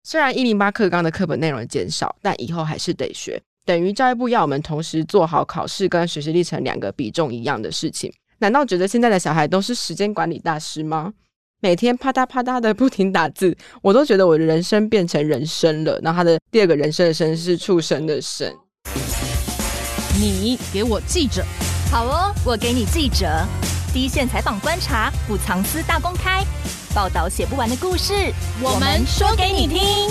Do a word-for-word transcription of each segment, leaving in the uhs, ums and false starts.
虽然一零八课纲的课本内容减少，但以后还是得学，等于教育部要我们同时做好考试跟学习历程两个比重一样的事情。难道觉得现在的小孩都是时间管理大师吗？每天啪嗒啪嗒的不停打字，我都觉得我的人生变成人生了。然后他的第二个人生的生是畜生的生。 你给我记者。 好哦，我给你记者。第一线采访观察，不藏私大公开，报道写不完的故事， 我们说给你听。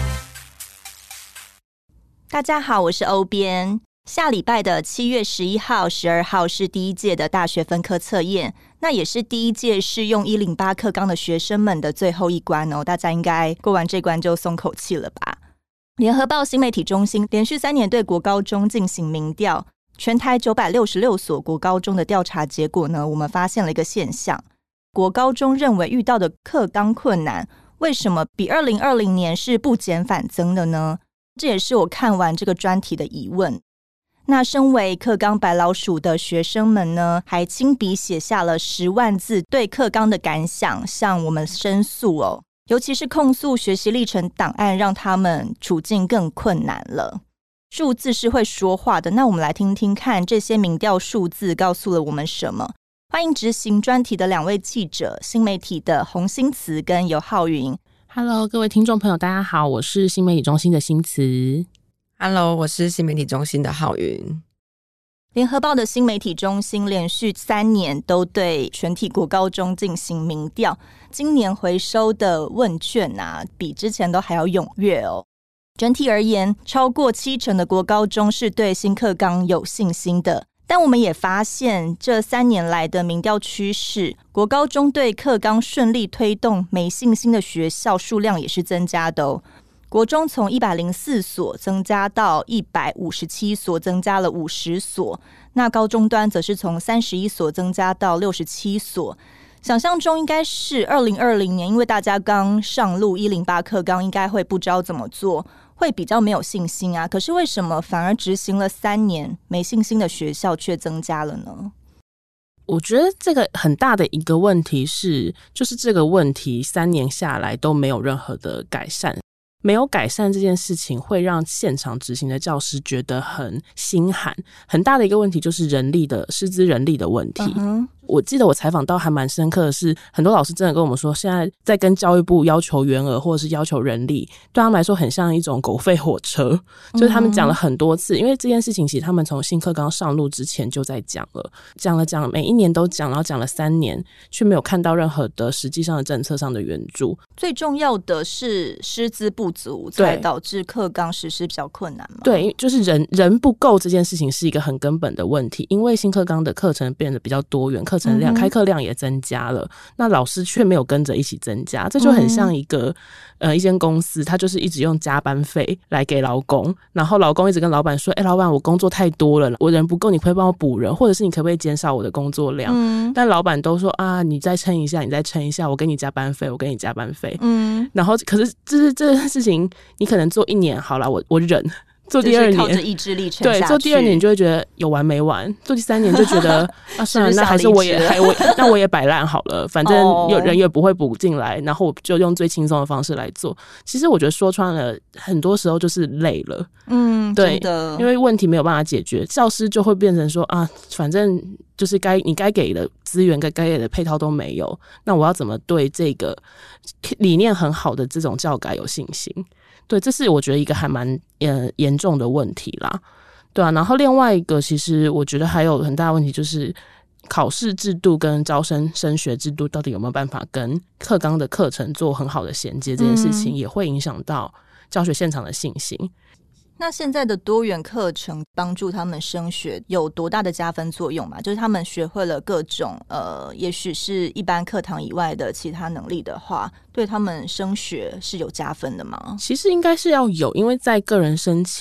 大家好，我是欧编。下礼拜的七月十一号、十二号是第一届的大学分科测验，那也是第一届适用一零八课纲的学生们的最后一关哦。大家应该过完这关就松口气了吧？联合报新媒体中心连续三年对国高中进行民调，全台九百六十六所国高中的调查结果呢，我们发现了一个现象：国高中认为遇到的课纲困难，为什么比二零二零年是不减反增的呢？这也是我看完这个专题的疑问。那身为课纲白老鼠的学生们呢，还亲笔写下了十万字对课纲的感想，向我们申诉哦。尤其是控诉学习历程档案让他们处境更困难了。数字是会说话的，那我们来听听看这些民调数字告诉了我们什么。欢迎执行专题的两位记者，新媒体的洪新慈跟尤浩云。 Hello， 各位听众朋友，大家好，我是新媒体中心的新慈。 Hello， 我是新媒体中心的浩云。 联合报的新媒体中心连续三年都对全体国高中进行民调，今年回收的问卷啊，比之前都还要踊跃哦。整体而言，超过七成的国高中是对新课纲有信心的。但我们也发现，这三年来的民调趋势，国高中对课纲顺利推动没信心的学校数量也是增加的哦。国中从一百零四所增加到一百五十七所，增加了五十所。那高中端则是从三十一所增加到六十七所。想象中应该是二零二零年，因为大家刚上路一零八课纲，应该会不知道怎么做，会比较没有信心啊。可是为什么反而执行了三年，没信心的学校却增加了呢？ 我觉得这个很大的一个问题是，就是这个问题三年下来都没有任何的改善。没有改善这件事情会让现场执行的教师觉得很心寒。很大的一个问题就是人力的师资人力的问题。Uh-huh. 我记得我采访到还蛮深刻的是，很多老师真的跟我们说，现在在跟教育部要求员额或者是要求人力，对他们来说很像一种狗吠火车。Uh-huh. 就是他们讲了很多次，因为这件事情其实他们从新课纲上路之前就在讲了，讲了讲，每一年都讲，然后讲了三年，却没有看到任何的实际上的政策上的援助。 最重要的是师资不足，才导致课纲实施比较困难嘛？ 对，就是人人不够这件事情是一个很根本的问题，因为新课纲的课程变得比较多元，课程量、嗯、开课量也增加了，那老师却没有跟着一起增加，这就很像一个、嗯、呃一间公司，他就是一直用加班费来给劳工，然后劳工一直跟老板说，哎、欸，老板我工作太多了，我人不够，你可不可以帮我补人，或者是你可不可以减少我的工作量？嗯、但老板都说啊，你再撑一下，你再撑一下，我给你加班费，我给你加班费。嗯，然后可是这是这件事情，你可能做一年好了，我我忍。做第二年， 就是靠着意志力撑下去。 对，做第二年你就会觉得有完没完，做第三年就觉得啊，算了，那还是我也还我那我也摆烂好了，反正有人也不会补进来，然后我就用最轻松的方式来做。其实我觉得说穿了，很多时候就是累了， 嗯， 对真的， 因为问题没有办法解决，教师就会变成说啊，反正就是该你该给的资源、该该给的配套都没有，那我要怎么对这个理念很好的这种教改有信心？对，这是我觉得一个还蛮呃严重的问题啦，对啊。然后另外一个，其实我觉得还有很大的问题，就是考试制度跟招生升学制度到底有没有办法跟课纲的课程做很好的衔接，这件事情也会影响到教学现场的信心。 那现在的多元课程帮助他们升学有多大的加分作用嘛？就是他们学会了各种呃，也许是一般课堂以外的其他能力的话，对他们升学是有加分的吗？ 其实应该是要有，因为在个人申请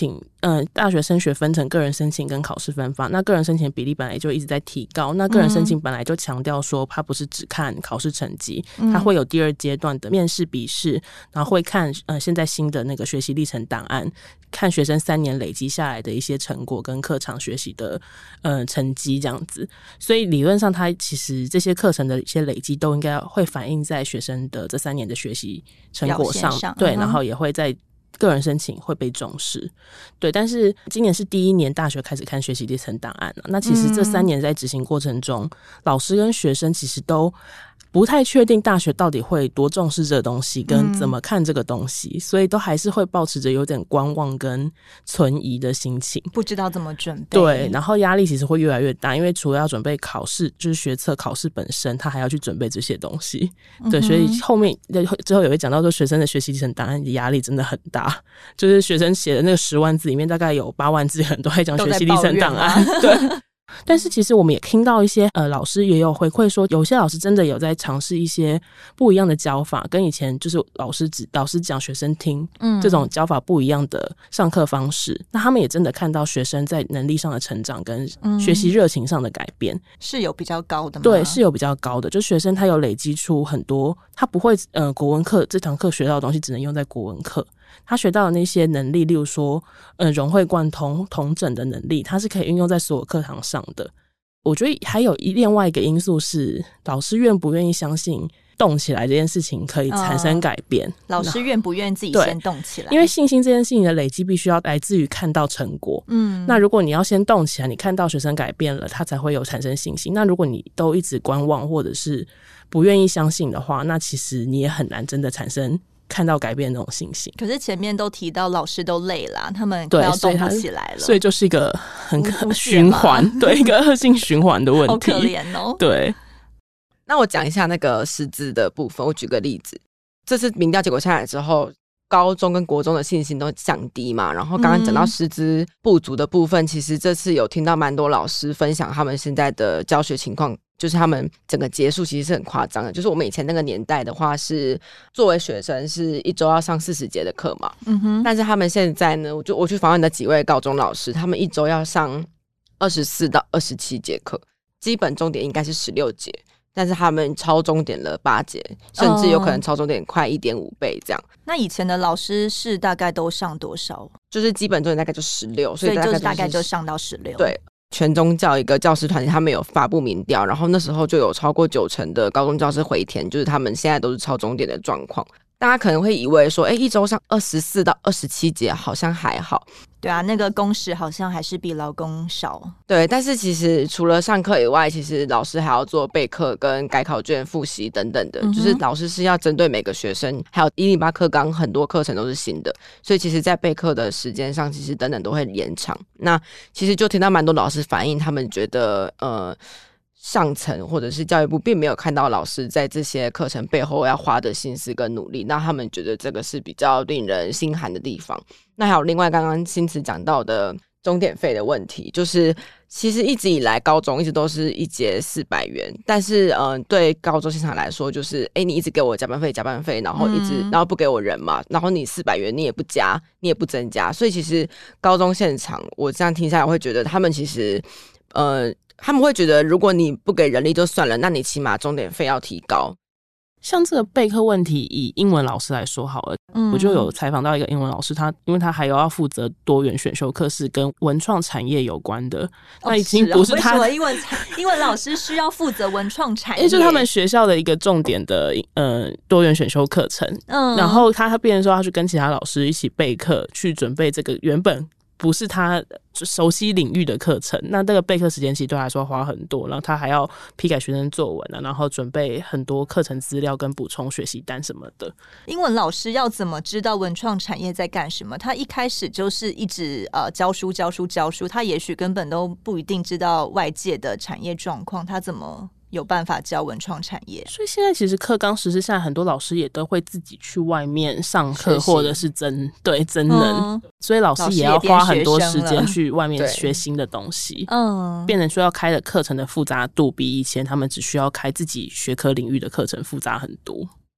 呃，大学升学分成个人申请跟考试分法，那个人申请比例本来就一直在提高，那个人申请本来就强调说它不是只看考试成绩，它会有第二阶段的面试笔试，然后会看呃现在新的那个学习历程档案，看学生三年累积下来的一些成果跟课堂学习的呃成绩这样子，所以理论上它其实这些课程的一些累积都应该会反映在学生的这三年的学习成果上， 上对、 嗯、 然后也会在个人申请会被重视，对，但是今年是第一年大学开始看学习历程档案了，那其实这三年在执行过程中、嗯、老师跟学生其实都不太确定大学到底会多重视这个东西跟怎么看这个东西、嗯、所以都还是会抱持着有点观望跟存疑的心情， 不知道怎么准备， 对，然后压力其实会越来越大，因为除了要准备考试，就是学测考试本身他还要去准备这些东西，对、嗯、所以后面之后也会讲到说学生的学习历程档案的压力真的很大，就是学生写的那个十万字里面大概有八万字很多在讲学习历程档案，对但是其实我们也听到一些呃老师也有回馈说，有些老师真的有在尝试一些不一样的教法，跟以前就是老师只老师讲学生听、嗯、这种教法不一样的上课方式，那他们也真的看到学生在能力上的成长跟学习热情上的改变、嗯、 是有比较高的吗？ 对，是有比较高的，就学生他有累积出很多，他不会呃国文课这堂课学到的东西只能用在国文课，他学到的那些能力，例如说呃融会贯通统整的能力，他是可以运用在所有课堂上的。我觉得还有一另外一个因素是老师愿不愿意相信动起来这件事情可以产生改变、呃、 老师愿不愿意自己先动起来， 因为信心这件事情的累积必须要来自于看到成果，嗯，那如果你要先动起来，你看到学生改变了，他才会有产生信心，那如果你都一直观望或者是不愿意相信的话，那其实你也很难真的产生看到改变的那种信心。 可是前面都提到老师都累了，他们快要动不起来了， 所以就是一个很循环，对，一个恶性循环的问题， 好可怜哦。 对， 那我讲一下那个师资的部分，我举个例子，这次民调结果下来之后，高中跟国中的信心都降低嘛，然后刚刚讲到师资不足的部分、嗯、其实这次有听到蛮多老师分享他们现在的教学情况，就是他们整个结束其实是很夸张的，就是我们以前那个年代的话是作为学生是一周要上四十节的课嘛，嗯哼，但是他们现在呢，我就我去访问的几位高中老师，他们一周要上二十四到二十七节课，基本重点应该是十六节，但是他们超重点了八节，甚至有可能超重点快 一点五 倍这样、哦。 那以前的老师是大概都上多少？ 就是基本重点大概就十六，所以就是大概就上到十六。 对，全中教一个教师团体他们有发布民调，然后那时候就有超过九成的高中教师回填，就是他们现在都是超重点的状况。大家可能会以为说，哎，一周上二十四到二十七节好像还好。 对啊，那个工时好像还是比劳工少。 对，但是其实除了上课以外，其实老师还要做备课跟改考卷复习等等的、嗯、就是老师是要针对每个学生，还有一零八课纲很多课程都是新的，所以其实在备课的时间上其实等等都会延长。那其实就听到蛮多老师反映，他们觉得呃上层或者是教育部并没有看到老师在这些课程背后要花的心思跟努力，那他们觉得这个是比较令人心寒的地方。那还有另外刚刚新慈讲到的钟点费的问题，就是其实一直以来高中一直都是一节四百元，但是嗯、呃，对高中现场来说就是哎，你一直给我加班费加班费，然后一直、嗯、然后不给我人嘛，然后你四百元你也不加你也不增加，所以其实高中现场我这样听下来会觉得他们其实呃他们会觉得如果你不给人力就算了，那你起码钟点费要提高。 像这个备课问题，以英文老师来说好了、嗯、我就有采访到一个英文老师，他因为他还有要负责多元选修课是跟文创产业有关的、哦、那已经不是他是、哦、为什么英文英文老师需要负责文创产业？ 因为就是他们学校的一个重点的呃多元选修课程、嗯、然后他他变成说他去跟其他老师一起备课，去准备这个原本不是他熟悉领域的课程，那这个备课时间其实对他来说花很多，然后他还要批改学生作文啊，然后准备很多课程资料跟补充学习单什么的。 英文老师要怎么知道文创产业在干什么？他一开始就是一直呃教书教书教书，他也许根本都不一定知道外界的产业状况，他怎么有办法教文创产业？ 所以现在其实课纲实施下来，很多老师也都会自己去外面上课，或者是增对增能、嗯，所以老师也要花很多时间去外面学新的东西。嗯，变成说要开的课程的复杂度比以前他们只需要开自己学科领域的课程复杂很多。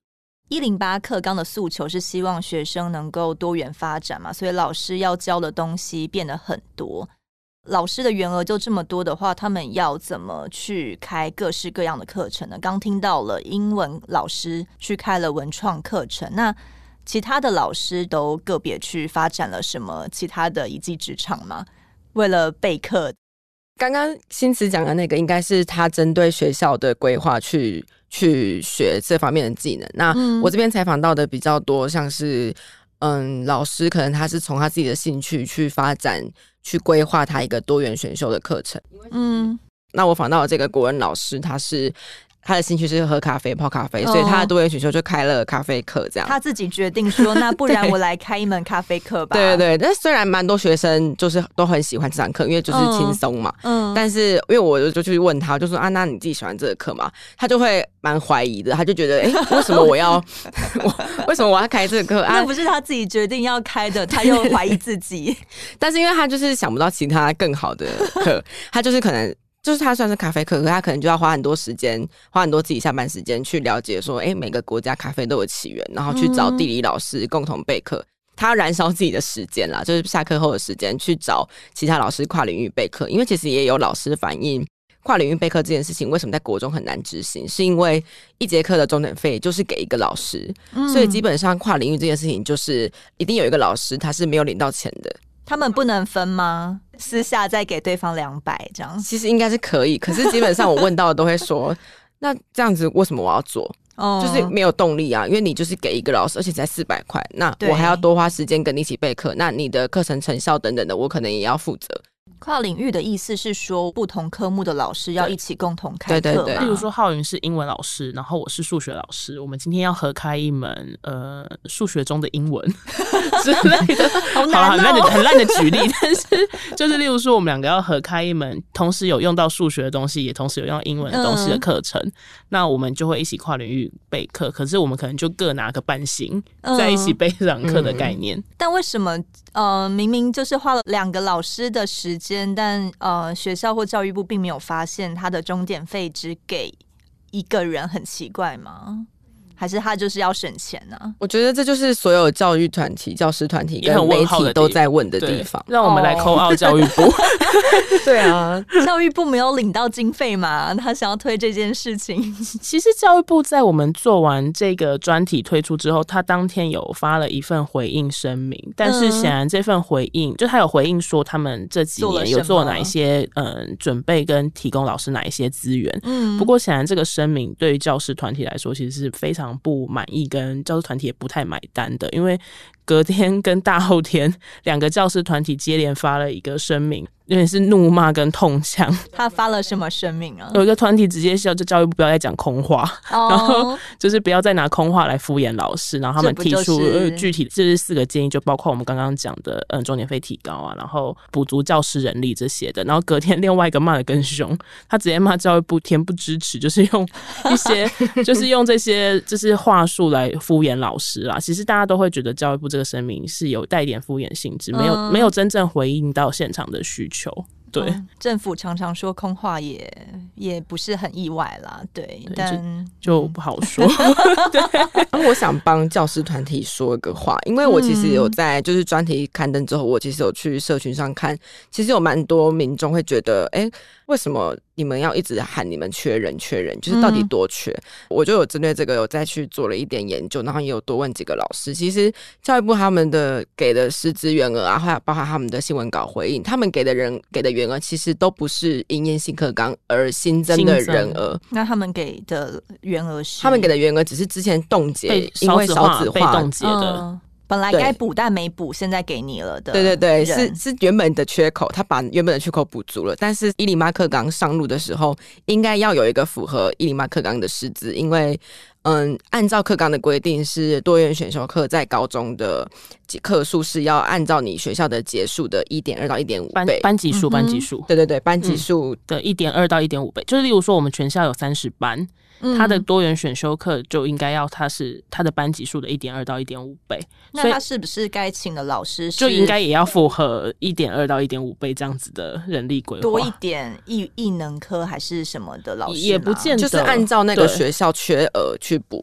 一零八课纲的诉求是希望学生能够多元发展嘛，所以老师要教的东西变得很多。老师的员额就这么多的话，他们要怎么去开各式各样的课程呢？刚听到了英文老师去开了文创课程，那其他的老师都个别去发展了什么其他的一技之长吗？为了备课。 刚刚新慈讲的那个应该是他针对学校的规划去去学这方面的技能。那我这边采访到的比较多，像是嗯，老师可能他是从他自己的兴趣去发展，去规划他一个多元选修的课程。嗯，那我访到的这个国文老师，他是他的兴趣是喝咖啡、泡咖啡，所以他的多元选修就开了咖啡课，这样他自己决定说，那不然我来开一门咖啡课吧。 对对对，但虽然蛮多学生就是都很喜欢这堂课，因为就是轻松嘛。嗯，但是因为我就去问他，我就说啊，那你自己喜欢这个课吗？他就会蛮怀疑的，他就觉得，哎、欸，为什么我要我为什么我要开这个课啊？ 那不是他自己决定要开的，他又怀疑自己。 但是因为他就是想不到其他更好的课，他就是可能。就是他算是咖啡课，可他可能就要花很多时间，花很多自己下班时间去了解说，哎、欸，每个国家咖啡都有起源，然后去找地理老师共同备课。他要燃烧自己的时间啦，就是下课后的时间去找其他老师跨领域备课。因为其实也有老师反映，跨领域备课这件事情为什么在国中很难执行，是因为一节课的钟点费就是给一个老师、嗯，所以基本上跨领域这件事情就是一定有一个老师他是没有领到钱的。 他们不能分吗？私下再给对方两百这样？ 其实应该是可以，可是基本上我问到的都会说，那这样子为什么我要做？哦、就是没有动力啊，因为你就是给一个老师，而且才四百块，那我还要多花时间跟你一起备课，那你的课程成效等等的，我可能也要负责。 跨领域的意思是说，不同科目的老师要一起共同开课。 对对对， 例如说浩云是英文老师，然后我是数学老师，我们今天要合开一门呃数学中的英文之类的， 好难哦， 好很烂的很烂的举例，但是就是例如说我们两个要合开一门，同时有用到数学的东西，也同时有用到英文的东西的课程、嗯，那我们就会一起跨领域备课，可是我们可能就各拿个半薪，嗯、在一起备这堂课的概念、嗯。 但为什么呃明明就是花了两个老师的时间？但呃，学校或教育部并没有发现他的钟点费只给一个人，很奇怪吗？还是他就是要省钱呢、啊？ 我觉得这就是所有教育团体、教师团体跟媒体都在问的地方。 让我们来call out教育部。 对啊， 教育部没有领到经费嘛？他想要推这件事情。 其实教育部在我们做完这个专题推出之后，他当天有发了一份回应声明，但是显然这份回应、嗯、就他有回应说他们这几年有做哪一些嗯准备跟提供老师哪一些资源。嗯，不过显然这个声明对于教师团体来说其实是非常不满意，跟教师团体也不太买单的，因为隔天跟大后天两个教师团体接连发了一个声明，有点是怒骂跟痛呛。 他发了什么声明啊？ 有一个团体直接叫教育部不要再讲空话、哦、然后就是不要再拿空话来敷衍老师，然后他们提出、呃、具体这四个建议，就包括我们刚刚讲的嗯钟点费提高啊，然后补足教师人力这些的。然后隔天另外一个骂得更凶，他直接骂教育部恬不知耻，就是用一些就是用这些就是话术来敷衍老师啦。其实大家都会觉得教育部这个声明是有带一点敷衍性质，没有、嗯、没有真正回应到现场的需求。对、嗯， 政府常常说空话也也不是很意外啦， 对， 对但就, 就不好说。 对，我想帮教师团体说一个话，因为我其实有在就是专题刊登之后，我其实有去社群上看，其实有蛮多民众会觉得，哎、欸，为什么你们要一直喊你们缺人缺人，就是到底多缺、嗯、我就有针对这个有再去做了一点研究，然后也有多问几个老师。其实教育部他们的给的师资员额啊，还有包括他们的新闻稿回应，他们给的人给的员额其实都不是因应新课纲而新增的人额。 那他们给的员额是他们给的员额只是之前冻结，因为少子化被冻结的、 嗯，本来该补但没补，现在给你了的。 对对对，是是原本的缺口，他把原本的缺口补足了。但是一零八课纲上路的时候，应该要有一个符合一零八课纲的师资，因为嗯，按照课纲的规定是多元选修课在高中的课数是要按照你学校的节数的 一点二 到 一点五 倍， 班级数班级数， 对对对，班级数、嗯、 的 一点二 到 一点五 倍。就是例如说我们全校有三十班，他的多元选修课就应该要他是他的班级数的 一点二 到 一点五 倍。 那他是不是该请的老师是就应该也要符合 一点二 到 一点五 倍这样子的人力规划， 多一点艺艺能科还是什么的老师？ 也不见得，就是按照那个学校缺额去补。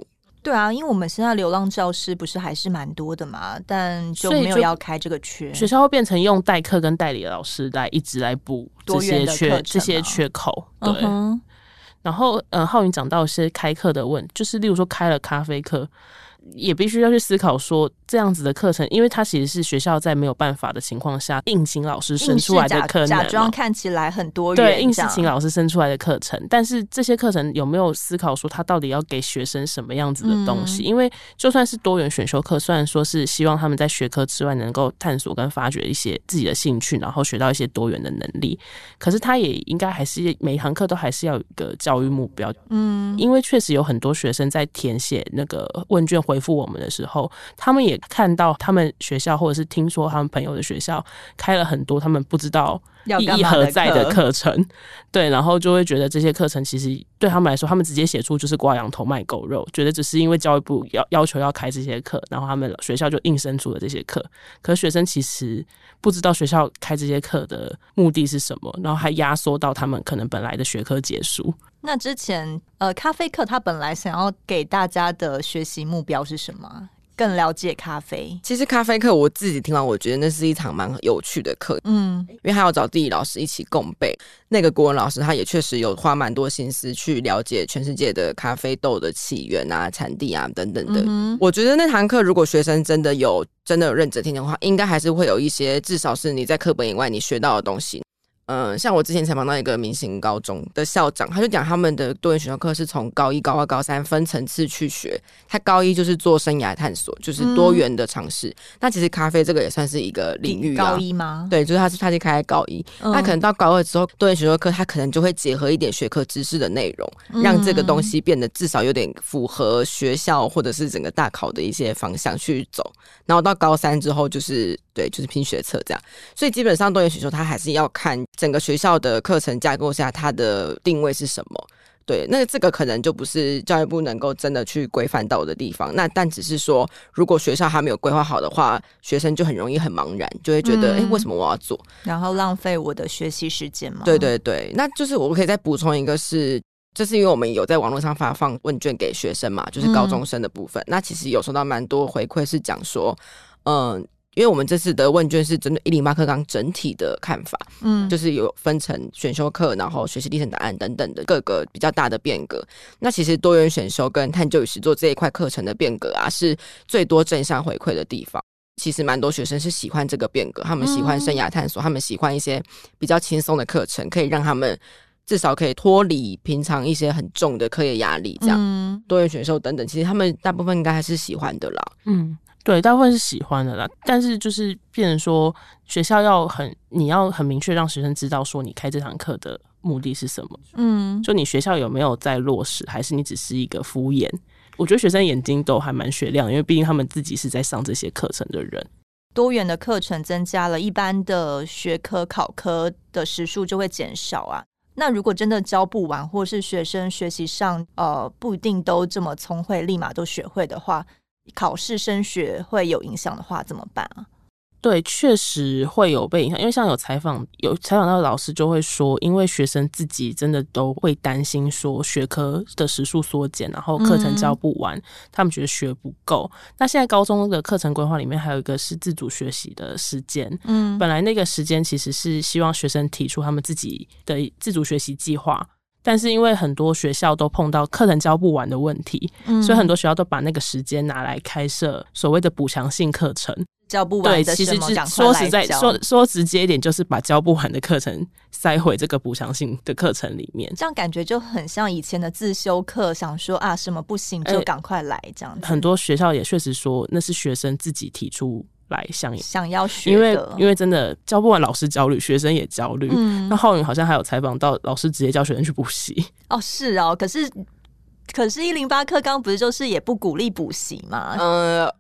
对啊，因为我们现在流浪教师不是还是蛮多的嘛，但就没有要开这个缺， 学校会变成用代课跟代理的老师来一直来补这些缺这些缺口。对，嗯、然后呃，浩云讲到一些开课的问，就是例如说开了咖啡课。也必须要去思考说这样子的课程，因为它其实是学校在没有办法的情况下硬请老师生出来的课程， 假装看起来很多元， 对，硬是请老师生出来的课程。但是这些课程有没有思考说他到底要给学生什么样子的东西？嗯、因为就算是多元选修课，虽然说是希望他们在学科之外能够探索跟发掘一些自己的兴趣，然后学到一些多元的能力，可是他也应该还是每一堂课都还是要有一个教育目标。嗯，因为确实有很多学生在填写那个问卷回复我们的时候，他们也看到他们学校或者是听说他们朋友的学校开了很多他们不知道意义何在的课程，对，然后就会觉得这些课程其实对他们来说，他们直接写出就是挂羊头卖狗肉，觉得只是因为教育部要要求要开这些课，然后他们学校就硬生出了这些课，可是学生其实不知道学校开这些课的目的是什么，然后还压缩到他们可能本来的学科结束。 那之前呃，咖啡课他本来想要给大家的学习目标是什么？更了解咖啡。 其实咖啡课我自己听完，我觉得那是一场蛮有趣的课，嗯，因为还要找地理老师一起共备。那个国文老师他也确实有花蛮多心思去了解全世界的咖啡豆的起源啊、产地啊等等的。嗯、我觉得那堂课如果学生真的有真的有认真听的话，应该还是会有一些至少是你在课本以外你学到的东西。嗯，像我之前采访到一个明星高中的校长，他就讲他们的多元选修课是从高一、高二、高三分层次去学。他高一就是做生涯探索，就是多元的尝试。嗯、那其实咖啡这个也算是一个领域啊。 高一吗？ 对，就是他是他就开在高一，嗯、那可能到高二之后，多元选修课他可能就会结合一点学科知识的内容，嗯、让这个东西变得至少有点符合学校或者是整个大考的一些方向去走。然后到高三之后，就是对，就是拼学测这样。所以基本上多元选修它还是要看整个学校的课程架构下它的定位是什么。对，那这个可能就不是教育部能够真的去规范到的地方。那但只是说，如果学校还没有规划好的话，学生就很容易很茫然，就会觉得，哎、嗯，为什么我要做？ 然后浪费我的学习时间吗？ 对对对，那就是我可以再补充一个是。就是因为我们有在网络上发放问卷给学生嘛，就是高中生的部分。嗯、那其实有收到蛮多回馈，是讲说，嗯，因为我们这次的问卷是针对一零八课纲整体的看法，嗯，就是有分成选修课，然后学习历程档案等等的各个比较大的变革。那其实多元选修跟探究与实作这一块课程的变革啊，是最多正向回馈的地方。其实蛮多学生是喜欢这个变革，他们喜欢生涯探索，嗯、他们喜欢一些比较轻松的课程，可以让他们。至少可以脱离平常一些很重的课业压力，这样、嗯、多元选修等等，其实他们大部分应该还是喜欢的啦。 嗯，对，大部分是喜欢的啦。但是就是变成说，学校要很，你要很明确让学生知道说，你开这堂课的目的是什么。嗯，就你学校有没有在落实，还是你只是一个敷衍？我觉得学生眼睛都还蛮雪亮，因为毕竟他们自己是在上这些课程的人。 多元的课程增加了，一般的学科考科的时数就会减少啊。那如果真的教不完，或是学生学习上呃不一定都这么聪慧，立马都学会的话，考试升学会有影响的话怎么办啊？ 对，确实会有被影响，因为像有采访有采访到的老师就会说，因为学生自己真的都会担心说学科的时数缩减，然后课程教不完，嗯、他们觉得学不够。那现在高中的课程规划里面还有一个是自主学习的时间，嗯，本来那个时间其实是希望学生提出他们自己的自主学习计划。但是因为很多学校都碰到课程教不完的问题，嗯、所以很多学校都把那个时间拿来开设所谓的补强性课程。 教不完的对，其实说实在说说直接一点，就是把教不完的课程塞回这个补强性的课程里面。 这样感觉就很像以前的自修课，想说啊什么不行就赶快来这样子。 很多学校也确实说，那是学生自己提出。来想想要学的， 因为因为真的教不完，老师焦虑，学生也焦虑。嗯、那浩云好像还有采访到老师直接叫学生去补习。 哦，是哦，可是可是一零八课纲不是就是也不鼓励补习吗？ 呃，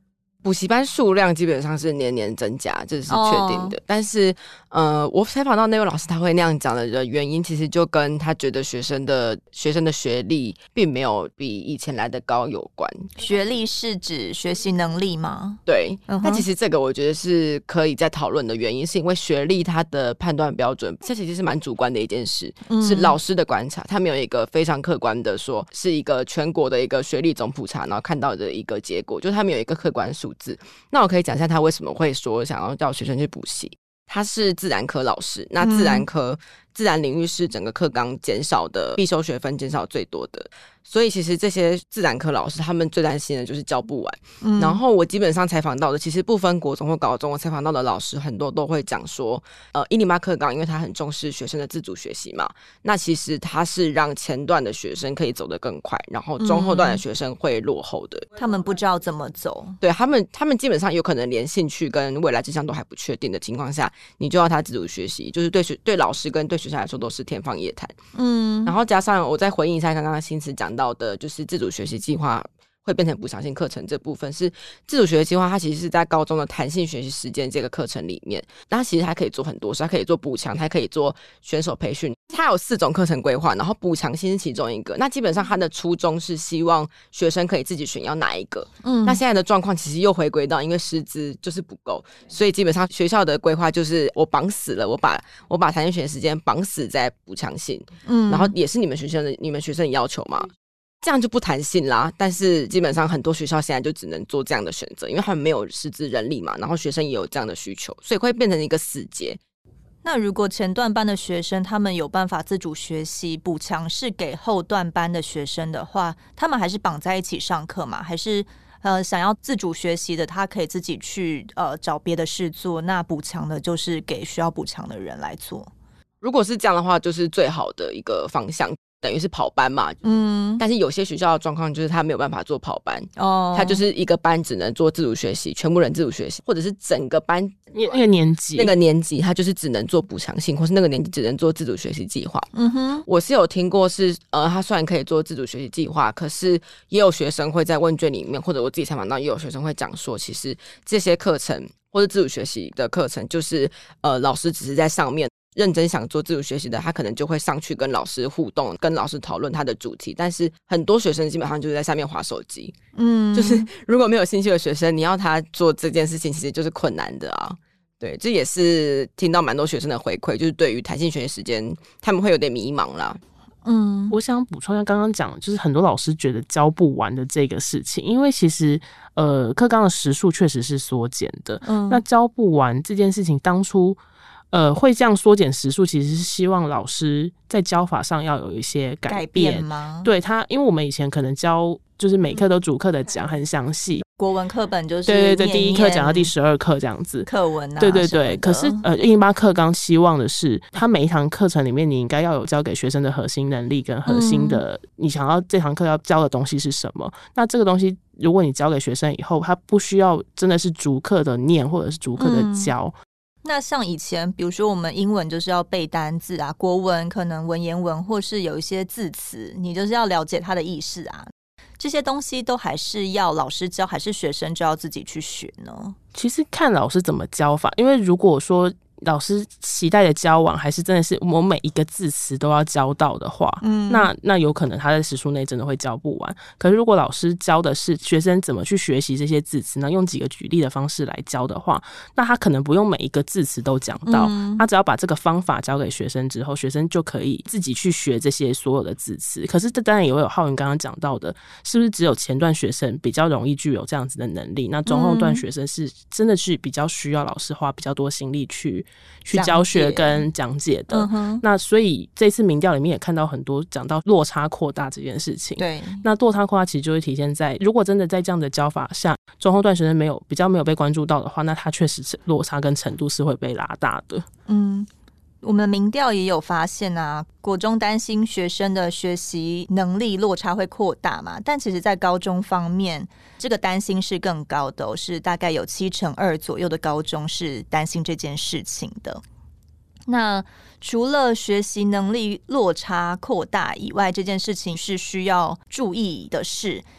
补习班数量基本上是年年增加，这是确定的。Oh. 但是，呃，我采访到那位老师，他会那样讲的原因，其实就跟他觉得学生的学生的学历并没有比以前来的高有关。 学历是指学习能力吗？ 对，那、uh-huh. 其实这个我觉得是可以再讨论的原因，是因为学历它的判断标准，这其实是蛮主观的一件事，嗯、是老师的观察，他没有一个非常客观的说是一个全国的一个学历总普查，然后看到的一个结果，就是他没有一个客观数字。那我可以讲一下他为什么会说想要叫学生去补习。他是自然科老师，那自然科、嗯、自然领域是整个课纲减少的必修学分减少最多的，所以其实这些自然科老师他们最担心的就是教不完、嗯、然后我基本上采访到的，其实不分国中或高中，我采访到的老师很多都会讲说呃，一零八课纲因为他很重视学生的自主学习嘛，那其实他是让前段的学生可以走得更快，然后中后段的学生会落后的、 嗯、他们不知道怎么走， 对，他们他们基本上有可能连兴趣跟未来志向都还不确定的情况下，你就要他自主学习，就是对学对老师跟对学生来说都是天方夜谭。嗯，然后加上我再回应一下刚刚新慈讲到的，就是自主学习计划会变成补偿性课程这部分，是自主学习计划它其实是在高中的弹性学习时间这个课程里面，那它其实还可以做很多事，它可以做补强，它可以做选手培训，它有四种课程规划，然后补强性是其中一个。那基本上它的初衷是希望学生可以自己选要哪一个。嗯，那现在的状况其实又回归到因为师资就是不够，所以基本上学校的规划就是我绑死了，我把我把弹性学习时间绑死在补强性，嗯，然后也是你们学生的你们学生的要求嘛。这样就不弹性啦，但是基本上很多学校现在就只能做这样的选择，因为他们没有师资人力嘛，然后学生也有这样的需求，所以会变成一个死结。 那如果前段班的学生他们有办法自主学习，补强是给后段班的学生的话，他们还是绑在一起上课吗？还是呃想要自主学习的他可以自己去呃找别的事做，那补强的就是给需要补强的人来做？ 如果是这样的话，就是最好的一个方向，等于是跑班嘛。嗯，但是有些学校的状况就是他没有办法做跑班，哦，他就是一个班只能做自主学习，全部人自主学习，或者是整个班那个年级那个年级他就是只能做补强性，或是那个年级只能做自主学习计划。嗯哼，我是有听过是呃，他虽然可以做自主学习计划，可是也有学生会在问卷里面，或者我自己采访到也有学生会讲说，其实这些课程或者自主学习的课程就是呃，老师只是在上面认真想做自主学习的，他可能就会上去跟老师互动，跟老师讨论他的主题，但是很多学生基本上就是在下面滑手机。嗯，就是如果没有兴趣的学生，你要他做这件事情其实就是困难的啊。对，这也是听到蛮多学生的回馈，就是对于弹性学习时间他们会有点迷茫啦。 嗯，我想补充一下刚刚讲，就是很多老师觉得教不完的这个事情，因为其实呃课纲的时数确实是缩减的，嗯，那教不完这件事情当初呃，会这样缩减时数，其实是希望老师在教法上要有一些改变， 改变吗？ 对他，因为我们以前可能教就是每课都逐课的讲很详细， 国文课本就是对对对，第一课讲到第十二课这样子课文啊， 对对对。可是呃，一零八课纲希望的是，他每一堂课程里面，你应该要有教给学生的核心能力跟核心的，嗯、你想要这堂课要教的东西是什么？那这个东西，如果你教给学生以后，他不需要真的是逐课的念，或者是逐课的教。嗯， 那像以前比如说我们英文就是要背单字啊，国文可能文言文或是有一些字词你就是要了解它的意思啊，这些东西都还是要老师教还是学生就要自己去学呢？ 其实看老师怎么教法，因为如果说老师期待的交往还是真的是我每一个字词都要教到的话，嗯，那那有可能他在时数内真的会教不完。可是如果老师教的是学生怎么去学习这些字词呢，用几个举例的方式来教的话，那他可能不用每一个字词都讲到，嗯，他只要把这个方法教给学生之后，学生就可以自己去学这些所有的字词。可是这当然也会有浩云刚刚讲到的，是不是只有前段学生比较容易具有这样子的能力，那中后段学生是真的是比较需要老师花比较多心力去去教学跟讲解的。嗯，那所以这次民调里面也看到很多讲到落差扩大这件事情。 对， 那落差扩大其实就会体现在，如果真的在这样的教法下，中后段学生没有比较没有被关注到的话，那他确实是落差跟程度是会被拉大的。 嗯，我们民调也有发现啊，国中担心学生的学习能力落差会扩大嘛，但其实在高中方面这个担心是更高的，哦，是大概有七成二左右的高中是担心这件事情的。那除了学习能力落差扩大以外，这件事情是需要注意的事，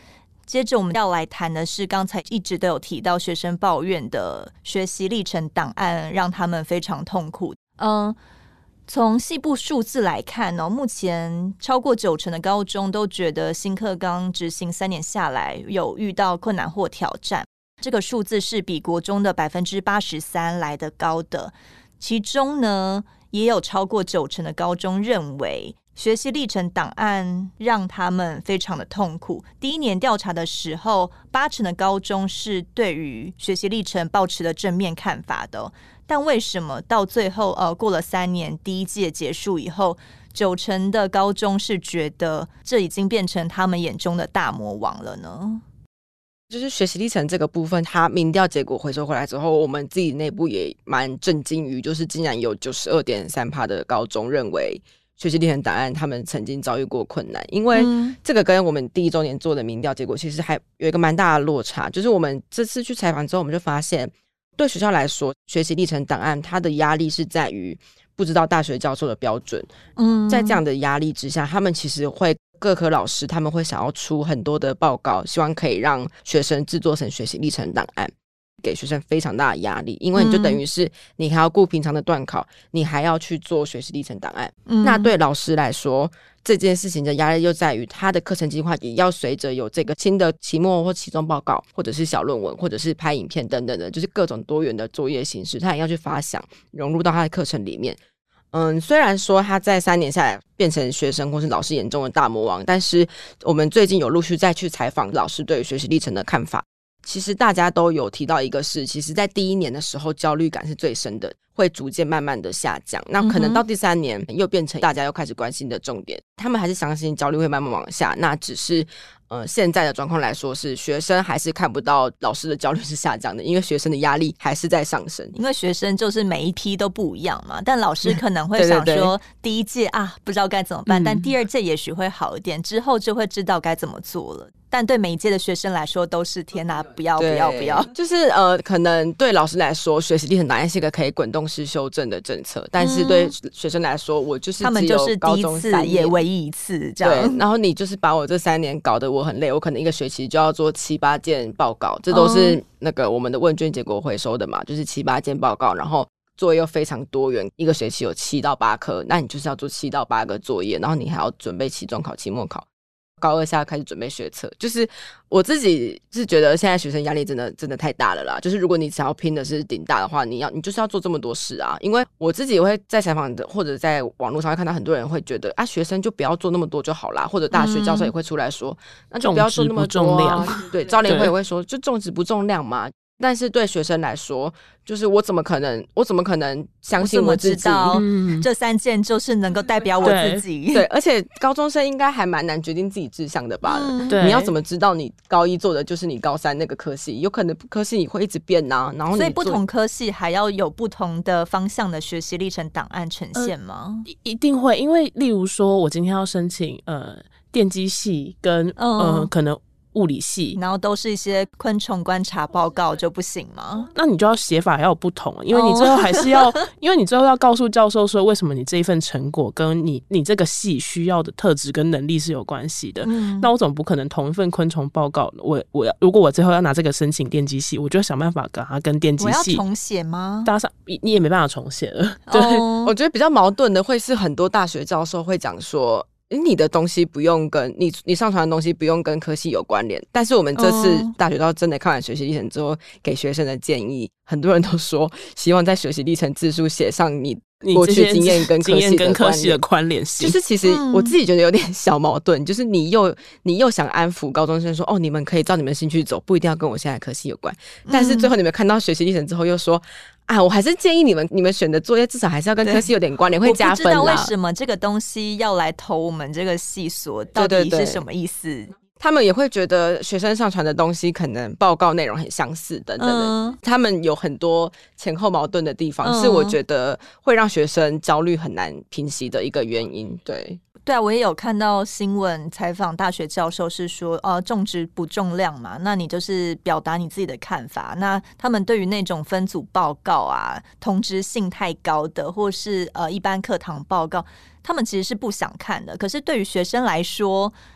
接着我们要来谈的是刚才一直都有提到学生抱怨的学习历程档案让他们非常痛苦。嗯，从细部数字来看呢、哦，目前超过九成的高中都觉得新课纲执行三年下来有遇到困难或挑战，这个数字是比国中的百分之八十三来得高的。其中呢，也有超过九成的高中认为学习历程档案让他们非常的痛苦。第一年调查的时候，八成的高中是对于学习历程抱持了正面看法的、哦，但为什么到最后呃过了三年，第一届结束以后，九成的高中是觉得这已经变成他们眼中的大魔王了呢？ 就是学习历程这个部分，它民调结果回收回来之后，我们自己内部也蛮震惊于，就是竟然有 百分之九十二点三 的高中认为学习历程档案他们曾经遭遇过困难。因为这个跟我们第一周年做的民调结果其实还有一个蛮大的落差，就是我们这次去采访之后，我们就发现对学校来说，学习历程档案它的压力是在于不知道大学教授的标准。嗯，在这样的压力之下，他们其实会各科老师他们会想要出很多的报告，希望可以让学生制作成学习历程档案，给学生非常大的压力。因为你就等于是你还要顾平常的段考，你还要去做学习历程档案、嗯、那对老师来说，这件事情的压力又在于他的课程计划也要随着有这个新的期末或期中报告，或者是小论文，或者是拍影片等等的，就是各种多元的作业形式，他也要去发想融入到他的课程里面。嗯，虽然说他在三年下来变成学生或是老师眼中的大魔王，但是我们最近有陆续再去采访老师对于学习历程的看法，其实大家都有提到一个是，其实在第一年的时候焦虑感是最深的，会逐渐慢慢的下降，那可能到第三年又变成大家又开始关心的重点。他们还是相信焦虑会慢慢往下，那只是呃，现在的状况来说是学生还是看不到老师的焦虑是下降的，因为学生的压力还是在上升。 因为学生就是每一批都不一样嘛，但老师可能会想说第一届啊不知道该怎么办、嗯、但第二届也许会好一点，之后就会知道该怎么做了。但对每一届的学生来说都是天哪，不要不要不要， 就是呃，可能对老师来说学习历程档案是一个可以滚动式修正的政策，但是对学生来说，我就是只有高中三年，他们就是第一次也唯一一次这样。对，然后你就是把我这三年搞得我很累，我可能一个学期就要做七八件报告，这都是那个我们的问卷结果回收的嘛，就是七八件报告，然后作业又非常多元，一个学期有七到八科，那你就是要做七到八个作业，然后你还要准备期中考、期末考。高二下开始准备学测，就是我自己是觉得现在学生压力真的真的太大了啦。就是如果你想要拼的是顶大的话，你要你就是要做这么多事啊。因为我自己也会在采访的或者在网络上会看到很多人会觉得啊，学生就不要做那么多就好啦，或者大学教授也会出来说，嗯、那就不要做那么多、啊。对，招联会也会说，就重质不重量嘛。但是对学生来说，就是我怎么可能，我怎么可能相信我自己？ 我嗯、这三件就是能够代表我自己。 对，对，而且高中生应该还蛮难决定自己志向的吧？嗯、你要怎么知道你高一做的就是你高三那个科系？有可能科系你会一直变啊，然后你所以不同科系还要有不同的方向的学习历程档案呈现吗？ 呃、一定会，因为例如说，我今天要申请呃电机系跟、嗯、呃可能。物理系， 然后都是一些昆虫观察报告就不行吗？ 那你就要写法要有不同，因为你最后还是要， oh. 因为你最后要告诉教授说，为什么你这一份成果跟你你这个系需要的特质跟能力是有关系的。嗯、那我总不可能同一份昆虫报告，我我要如果我最后要拿这个申请电机系，我就想办法给它跟电机系。 我要重写吗？ 搭上你也没办法重写了。对， oh. 我觉得比较矛盾的会是很多大学教授会讲说。你的东西不用跟你你上传的东西不用跟科系有关联，但是我们这次大学到真的看完学习历程之后，给学生的建议，很多人都说希望在学习历程字数写上你过去经验跟科系的跟科系的关联性。 就是其实我自己觉得有点小矛盾，就是你又你又想安抚高中生说，哦，你们可以照你们兴趣走，不一定要跟我现在科系有关，但是最后你们看到学习历程之后又说。啊，我还是建议你们，你们选的作业至少还是要跟科系有点关联，会加分啦。 我不知道为什么这个东西要来投我们这个系所，到底是什么意思？对对对， 他们也会觉得学生上传的东西可能报告内容很相似等等的，嗯、他们有很多前后矛盾的地方，嗯、是我觉得会让学生焦虑很难平息的一个原因。对。 对啊，我也有看到新闻采访大学教授是说，呃，重质不重量嘛，那你就是表达你自己的看法。那他们对于那种分组报告啊，同质性太高的，或是呃一般课堂报告，他们其实是不想看的。可是对于学生来说，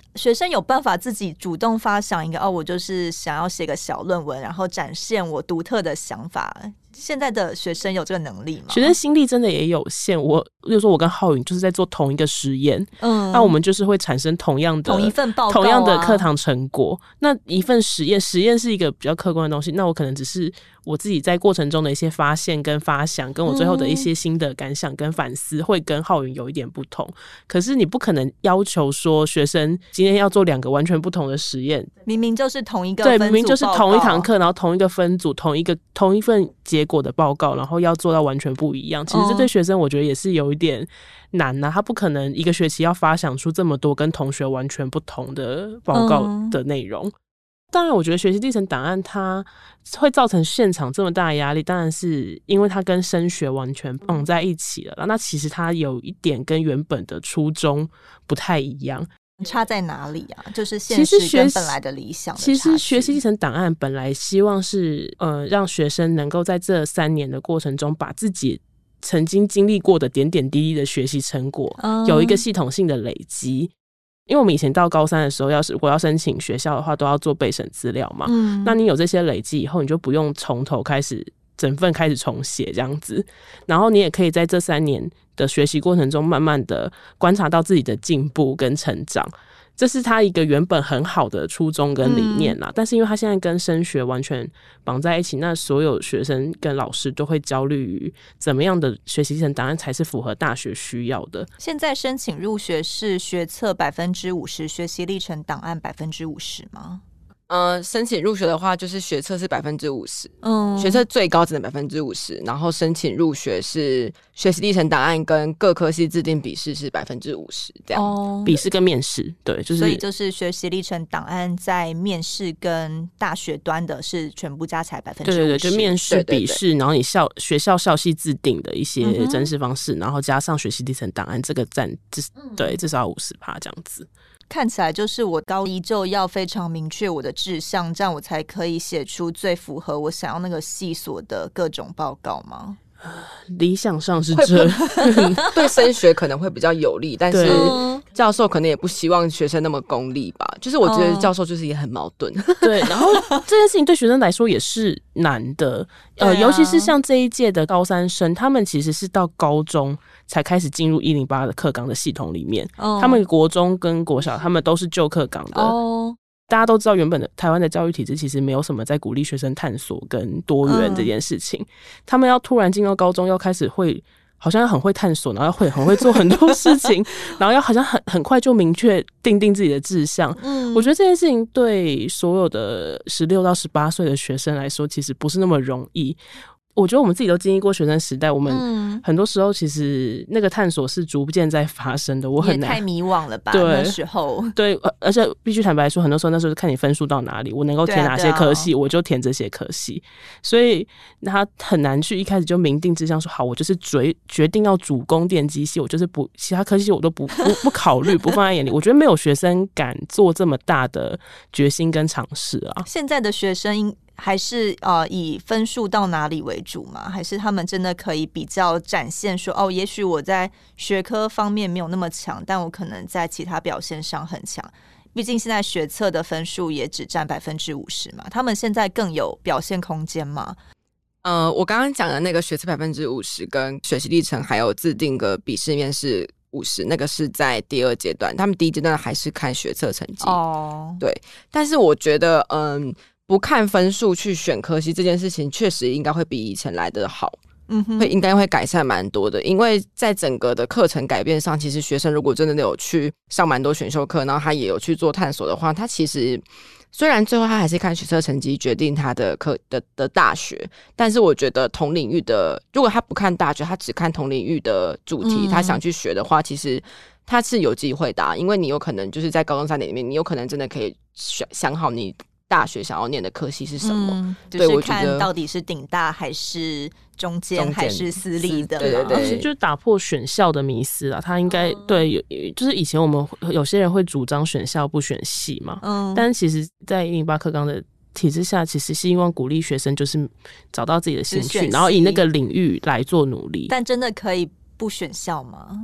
学生有办法自己主动发想一个哦，我就是想要写个小论文，然后展现我独特的想法。现在的学生有这个能力吗？ 学生心力真的也有限。我比如说，我跟浩宇就是在做同一个实验，嗯，那我们就是会产生同样的同一份报告、啊、 同样的课堂成果。那一份实验，实验是一个比较客观的东西，那我可能只是我自己在过程中的一些发现跟发想，跟我最后的一些新的感想跟反思，会跟浩宇有一点不同。可是你不可能要求说学生今天要做两个完全不同的实验， 明明就是同一个分组报告， 对，明明就是同一堂课，然后同一个分组，同一个同一份结果的报告，然后要做到完全不一样。其实这对学生我觉得也是有一点难啊，他不可能一个学期要发想出这么多跟同学完全不同的报告的内容。嗯，当然我觉得学习历程档案它会造成现场这么大的压力，当然是因为它跟升学完全绑在一起了，那其实它有一点跟原本的初衷不太一样。 差在哪里啊？就是现实跟本来的理想的差距。 其实学习历程档案本来希望是呃，让学生能够在这三年的过程中把自己曾经经历过的点点滴滴的学习成果、嗯、有一个系统性的累积。因为我们以前到高三的时候，要是如果要申请学校的话，都要做备审资料嘛。嗯，那你有这些累积以后，你就不用从头开始整份开始重写这样子，然后你也可以在这三年的学习过程中，慢慢的观察到自己的进步跟成长。这是他一个原本很好的初衷跟理念啦、嗯、但是因为他现在跟升学完全绑在一起，那所有学生跟老师都会焦虑于怎么样的学习历程档案才是符合大学需要的。 现在申请入学是学测百分之五十，学习历程档案百分之五十吗？ 呃，申请入学的话，就是学测是百分之五十，嗯，学测最高只能百分之五十，然后申请入学是学习历程档案跟各科系自定笔试是百分之五十这样， 哦， 笔试跟面试，对，就是所以就是学习历程档案在面试跟大学端的是全部加起来百分之五十， 对对对，就面试、笔试，然后你校学校校系自定的一些甄试方式， 嗯、 然后加上学习历程档案，这个占至、嗯、对至少五十趴这样子。 看起来就是我高一就要非常明确我的志向，这样我才可以写出最符合我想要那个系所的各种报告吗？ 理想上是这对升学可能会比较有利，但是教授可能也不希望学生那么功利吧，就是我觉得教授就是也很矛盾、哦、 对，然后这件事情对学生来说也是难的呃，尤其是像这一届的高三生，他们其实是到高中才开始进入一零八的课纲的系统里面、哦、他们国中跟国小他们都是旧课纲的哦。大家都知道原本的台湾的教育体制其实没有什么在鼓励学生探索跟多元这件事情、嗯、他们要突然进到高中要开始会好像很会探索，然后会很会做很多事情然后要好像很很快就明确定定自己的志向、嗯、我觉得这件事情对所有的十六到十八岁的学生来说其实不是那么容易。我觉得我们自己都经历过学生时代，我们很多时候其实那个探索是逐渐在发生的，我很难， 也太迷惘了吧？ 对， 那时候对，而且必须坦白说，很多时候那时候是看你分数到哪里，我能够填哪些科系、啊啊、我就填这些科系，所以他很难去一开始就明定志向说好，我就是决决定要主攻电机系，我就是不其他科系我都不不不考虑，不放在眼里。我觉得没有学生敢做这么大的决心跟尝试啊。 现在的学生应还是呃以分数到哪里为主吗？还是他们真的可以比较展现说哦，也许我在学科方面没有那么强，但我可能在其他表现上很强。毕竟现在学测的分数也只占百分之五十嘛，他们现在更有表现空间吗？ 呃，我刚刚讲的那个学测百分之五十跟学习历程还有自定个笔试面试五十，那个是在第二阶段，他们第一阶段还是看学测成绩哦。对，但是我觉得嗯。不看分数去选科系这件事情确实应该会比以前来得好，嗯哼，会应该会改善蛮多的。因为在整个的课程改变上，其实学生如果真的有去上蛮多选修课，然后他也有去做探索的话，他其实虽然最后他还是看学测成绩决定他的课 的, 的大学，但是我觉得同领域的，如果他不看大学，他只看同领域的主题、嗯、他想去学的话，其实他是有机会的、啊、因为你有可能就是在高中三年里面，你有可能真的可以想好你大学想要念的科系是什么、嗯、 对，就是看到底是顶大还是中间还是私立的， 对对对， 就是打破选校的迷思啊。他应该、嗯、对，就是以前我们有些人会主张选校不选系嘛，嗯，但其实在一零八课纲的体制下，其实希望鼓励学生就是找到自己的兴趣，然后以那个领域来做努力。 但真的可以不选校吗？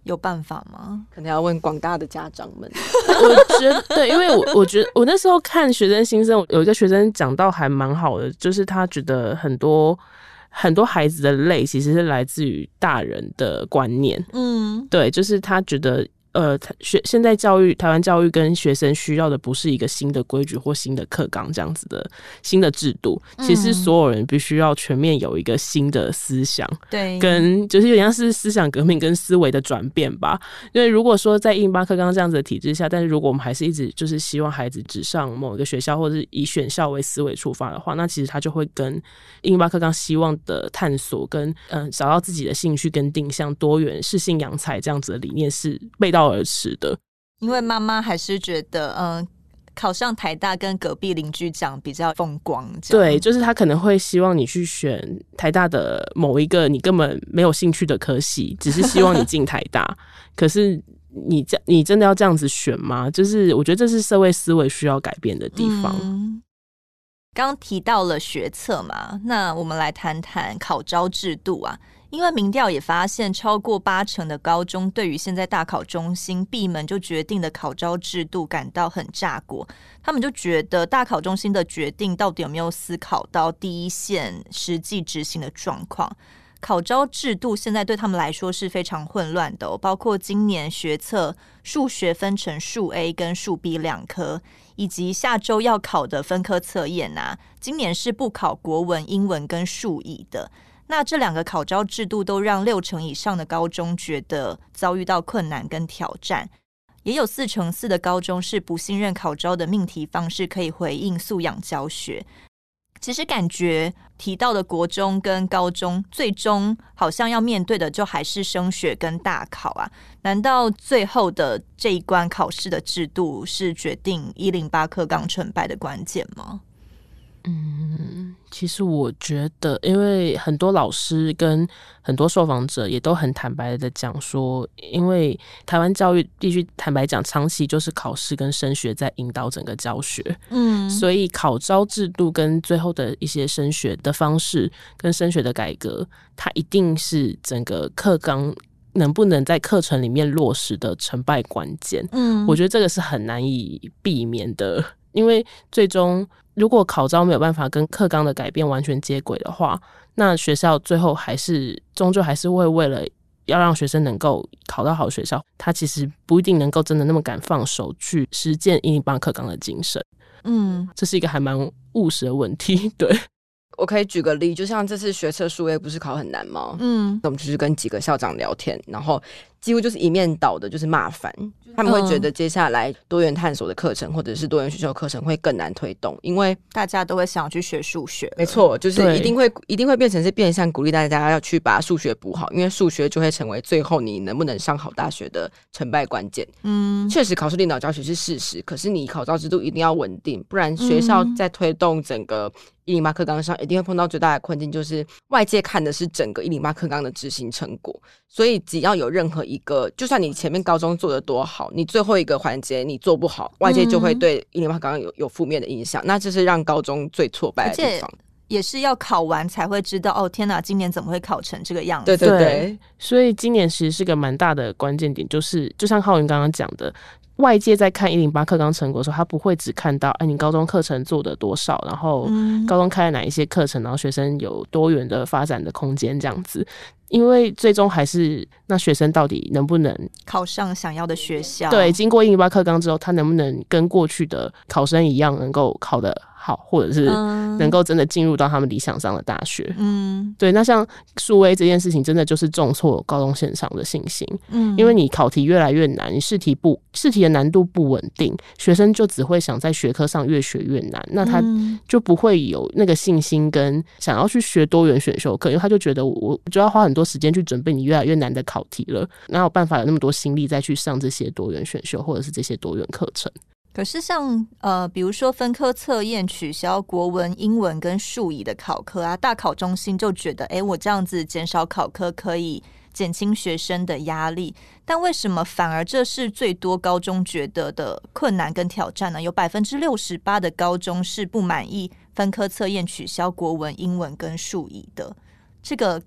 有办法吗？ 可能要问广大的家长们。 我觉得对，因为我我觉得我那时候看学生心声，有一个学生讲到还蛮好的，就是他觉得很多很多孩子的累其实是来自于大人的观念。嗯，对，就是他觉得呃，学现在教育台湾教育跟学生需要的不是一个新的规矩或新的课纲这样子的新的制度，其实所有人必须要全面有一个新的思想， 对， 跟就是有点像是思想革命跟思维的转变吧。因为如果说在一零八课纲这样子的体制下，但是如果我们还是一直就是希望孩子只上某一个学校，或者是以选校为思维出发的话，那其实他就会跟一零八课纲希望的探索跟嗯、呃、找到自己的兴趣跟定向多元适性扬才这样子的理念是背道而驰的。 因为妈妈还是觉得嗯、呃，考上台大跟隔壁邻居讲比较风光， 对，就是他可能会希望你去选台大的某一个你根本没有兴趣的科系，只是希望你进台大可是你你真的要这样子选吗？就是我觉得这是社会思维需要改变的地方。嗯， 刚提到了学测嘛，那我们来谈谈考招制度啊。因为民调也发现，超过八成的高中对于现在大考中心闭门就决定的考招制度感到很炸锅。他们就觉得大考中心的决定到底有没有思考到第一线实际执行的状况？考招制度现在对他们来说是非常混乱的、哦、包括今年学测数学分成数 A 跟数 B 两科，以及下周要考的分科测验啊，今年是不考国文、英文跟数乙的。那这两个考招制度都让六成以上的高中觉得遭遇到困难跟挑战，也有四成四的高中是不信任考招的命题方式可以回应素养教学。其实感觉提到的国中跟高中最终好像要面对的就还是升学跟大考啊，难道最后的这一关考试的制度是决定一零八课纲成败的关键吗？ 嗯，其实我觉得，因为很多老师跟很多受访者也都很坦白的讲说，因为台湾教育必须坦白讲，长期就是考试跟升学在引导整个教学，嗯，所以考招制度跟最后的一些升学的方式跟升学的改革，它一定是整个课纲能不能在课程里面落实的成败关键。嗯，我觉得这个是很难以避免的，因为最终如果考招没有办法跟课纲的改变完全接轨的话，那学校最后还是终究还是会为了要让学生能够考到好学校，他其实不一定能够真的那么敢放手去实践一零八课纲的精神。嗯，这是一个还蛮务实的问题。对， 我可以举个例，就像这次学测数 A 不是考很难吗？嗯，我们就是跟几个校长聊天，然后几乎就是一面倒的就是骂翻，他们会觉得接下来多元探索的课程或者是多元选修课程会更难推动，因为大家都会想要去学数学。 没错，就是一定会一定会变成是变相鼓励大家要去把数学补好，因为数学就会成为最后你能不能上好大学的成败关键。嗯，确实考试领导教学是事实，可是你考招制度一定要稳定，不然学校在推动整个一零八课纲上一定会碰到最大的困境，就是外界看的是整个一零八课纲的执行成果，所以只要有任何一个，就算你前面高中做得多好，你最后一个环节你做不好，外界就会对一零八课纲有有负面的影响，那这是让高中最挫败的地方。 也是要考完才会知道，哦天哪，今年怎么会考成这个样子？ 对对对， 所以今年其实是个蛮大的关键点，就是就像浩云刚刚讲的，外界在看一零八课纲成果的时候，他不会只看到哎你高中课程做的多少，然后高中开了哪一些课程，然后学生有多元的发展的空间这样子，因为最终还是那学生到底能不能考上想要的学校。 对，经过一零八课纲之后，他能不能跟过去的考生一样能够考得好，或者是能够真的进入到他们理想上的大学。嗯，对，那像数 A 这件事情真的就是重挫高中现场的信心。嗯，因为你考题越来越难，你试题不试题的难度不稳定，学生就只会想在学科上越学越难，那他就不会有那个信心跟想要去学多元选修课，因为他就觉得我就要花很多时间去准备你越来越难的考题了，哪有办法有那么多心力再去上这些多元选修或者是这些多元课程。 可是像呃，比如说分科测验取消国文、英文跟数乙的考科啊，大考中心就觉得，哎，我这样子减少考科可以减轻学生的压力，但为什么反而这是最多高中觉得的困难跟挑战呢？有百分之六十八的高中是不满意分科测验取消国文、英文跟数乙的，这个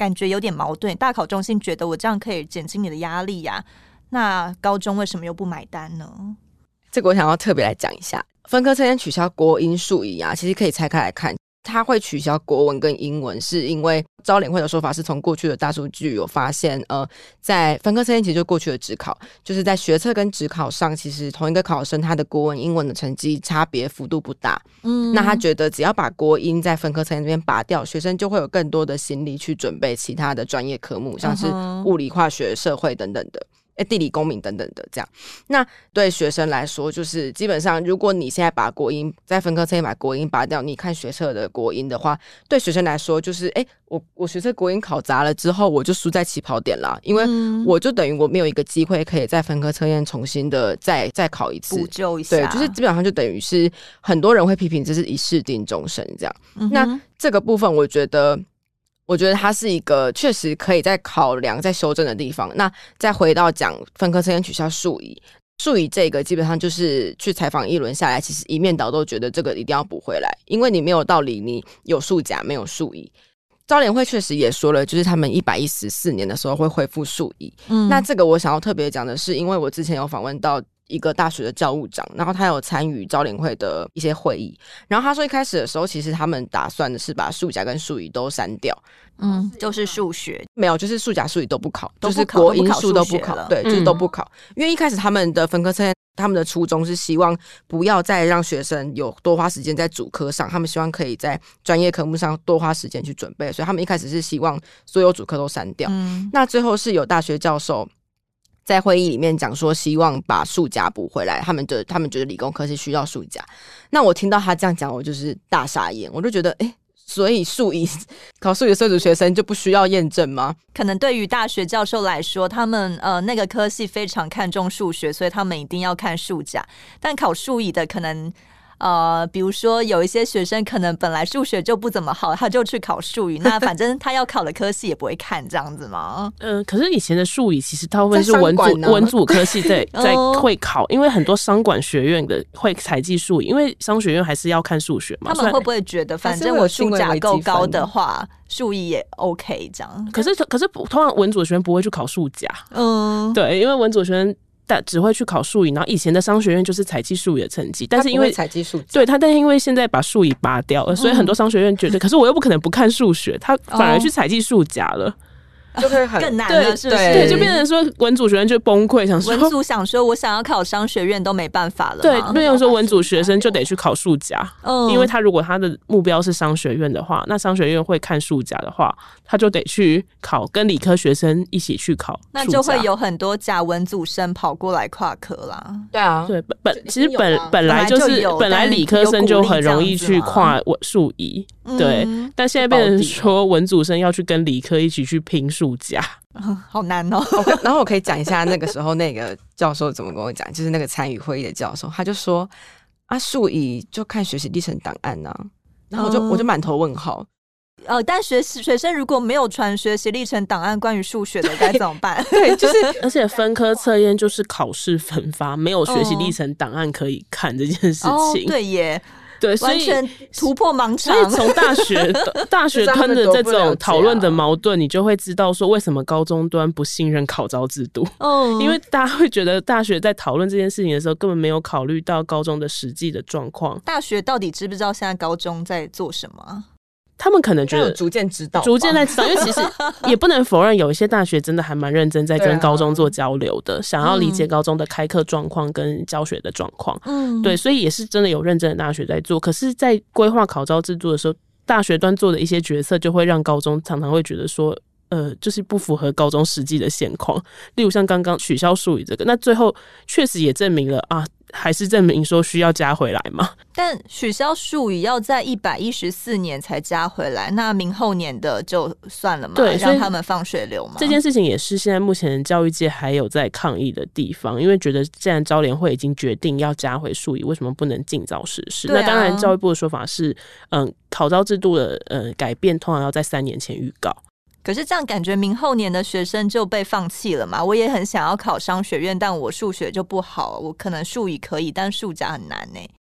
感觉有点矛盾。大考中心觉得我这样可以减轻你的压力呀、啊，那高中为什么又不买单呢？ 这个我想要特别来讲一下，分科测验取消国英数乙啊，其实可以拆开来看。它会取消国文跟英文，是因为招联会的说法是从过去的大数据有发现，呃，在分科测验其实就过去的指考，就是在学测跟指考上，其实同一个考生他的国文、英文的成绩差别幅度不大。嗯，那他觉得只要把国英在分科测验这边拔掉，学生就会有更多的心力去准备其他的专业科目，像是物理、化学、社会等等的。地理、公民等等的这样。那对学生来说，就是基本上如果你现在把国英在分科测验把国英拔掉，你看学测的国英的话，对学生来说就是哎、欸，我我学测国英考砸了之后，我就输在起跑点啦，因为我就等于我没有一个机会可以在分科测验重新的再再考一次补救一下。 对，就是基本上就等于是很多人会批评这是一试定终身这样、嗯、那这个部分我觉得我觉得它是一个确实可以再考量再修正的地方。那再回到讲分科测验取消数乙，数乙这个基本上就是去采访一轮下来，其实一面倒都觉得这个一定要补回来，因为你没有道理你有数甲没有数乙。招联会确实也说了，就是他们一百一十四年的时候会恢复数乙、嗯、那这个我想要特别讲的是，因为我之前有访问到一个大学的教务长，然后他有参与招联会的一些会议，然后他说一开始的时候其实他们打算的是把数甲跟数乙都删掉， 嗯，就是数学没有，就是数甲数乙都不考， 都不考就是国英数都不考，对，就是都不考、 嗯、 因为一开始他们的分科测验他们的初衷是希望不要再让学生有多花时间在主科上，他们希望可以在专业科目上多花时间去准备，所以他们一开始是希望所有主科都删掉、嗯、那最后是有大学教授在会议里面讲说希望把数甲补回来，他们觉得他们觉得理工科是需要数甲。那我听到他这样讲我就是大傻眼，我就觉得诶，所以数乙考数乙的社组学生就不需要验证吗？ 可能对于大学教授来说，他们呃那个科系非常看重数学，所以他们一定要看数甲。但考数乙的可能呃，比如说有一些学生可能本来数学就不怎么好，他就去考数乙，那反正他要考的科系也不会看，这样子吗？ 呃，可是以前的数乙其实大部分是文组文组科系在在会考，因为很多商管学院的会采集数乙，因为商学院还是要看数学嘛。 他们会不会觉得，反正我数甲够高的话，数乙也 OK 这样？ 可是可是通常文组学院不会去考数甲，嗯，对，因为文组学院只会去考数乙，然后以前的商学院就是采集数乙的成绩，但是因为采集数对他，但是因为现在把数乙拔掉了，所以很多商学院觉得，嗯、可是我又不可能不看数学，他反而去采集数甲了。 就会很更难了，是不是？ 对，就变成说文组学生就崩溃，想说文组想说，我想要考商学院都没办法了。 对，变成说文组学生就得去考数甲，嗯，因为他如果他的目标是商学院的话，那商学院会看数甲的话，他就得去考，跟理科学生一起去考， 那就会有很多假文组生跑过来跨科啦。 对啊， 对，本其实本本来就是本来理科生就很容易去跨数乙，对，嗯、但现在变成说文组生要去跟理科一起去拼数甲。 嗯、好难哦。 okay, 然后我可以讲一下那个时候那个教授怎么跟我讲，就是那个参与会议的教授，他就说啊，数乙就看学习历程档案啊，然后我就、嗯、我就满头问号。 呃，但学学生如果没有传学习历程档案关于数学的该怎么办？ 对，就是而且分科测验就是考试分发，没有学习历程档案可以看这件事情。哦、 对耶。 对，所以完全突破盲肠。 所以从大学大学端的这种讨论的矛盾，你就会知道说为什么高中端不信任考招制度。嗯，因为大家会觉得大学在讨论这件事情的时候，根本没有考虑到高中的实际的状况。 大学到底知不知道现在高中在做什么？ 他们可能觉得逐渐知道， 逐渐在知道，因为其实也不能否认，有一些大学真的还蛮认真在跟高中做交流的，啊、想要理解高中的开课状况跟教学的状况。嗯，对，所以也是真的有认真的大学在做。可是，在规划考招制度的时候，大学端做的一些决策，就会让高中常常会觉得说，呃，就是不符合高中实际的现况。例如像刚刚取消数语这个，那最后确实也证明了啊。还是证明说需要加回来嘛？ 但取消术语要在一百一十四年才加回来，那明后年的就算了嘛？ 对， 让他们放水流嘛。 这件事情也是现在目前教育界还有在抗议的地方，因为觉得既然招联会已经决定要加回术语，为什么不能尽早实施？啊、那当然，教育部的说法是，嗯，考招制度的呃改变通常要在三年前预告。 可是这样感觉明后年的学生就被放弃了嘛？我也很想要考商学院，但我数学就不好，我可能数乙可以，但数甲很难呢、欸。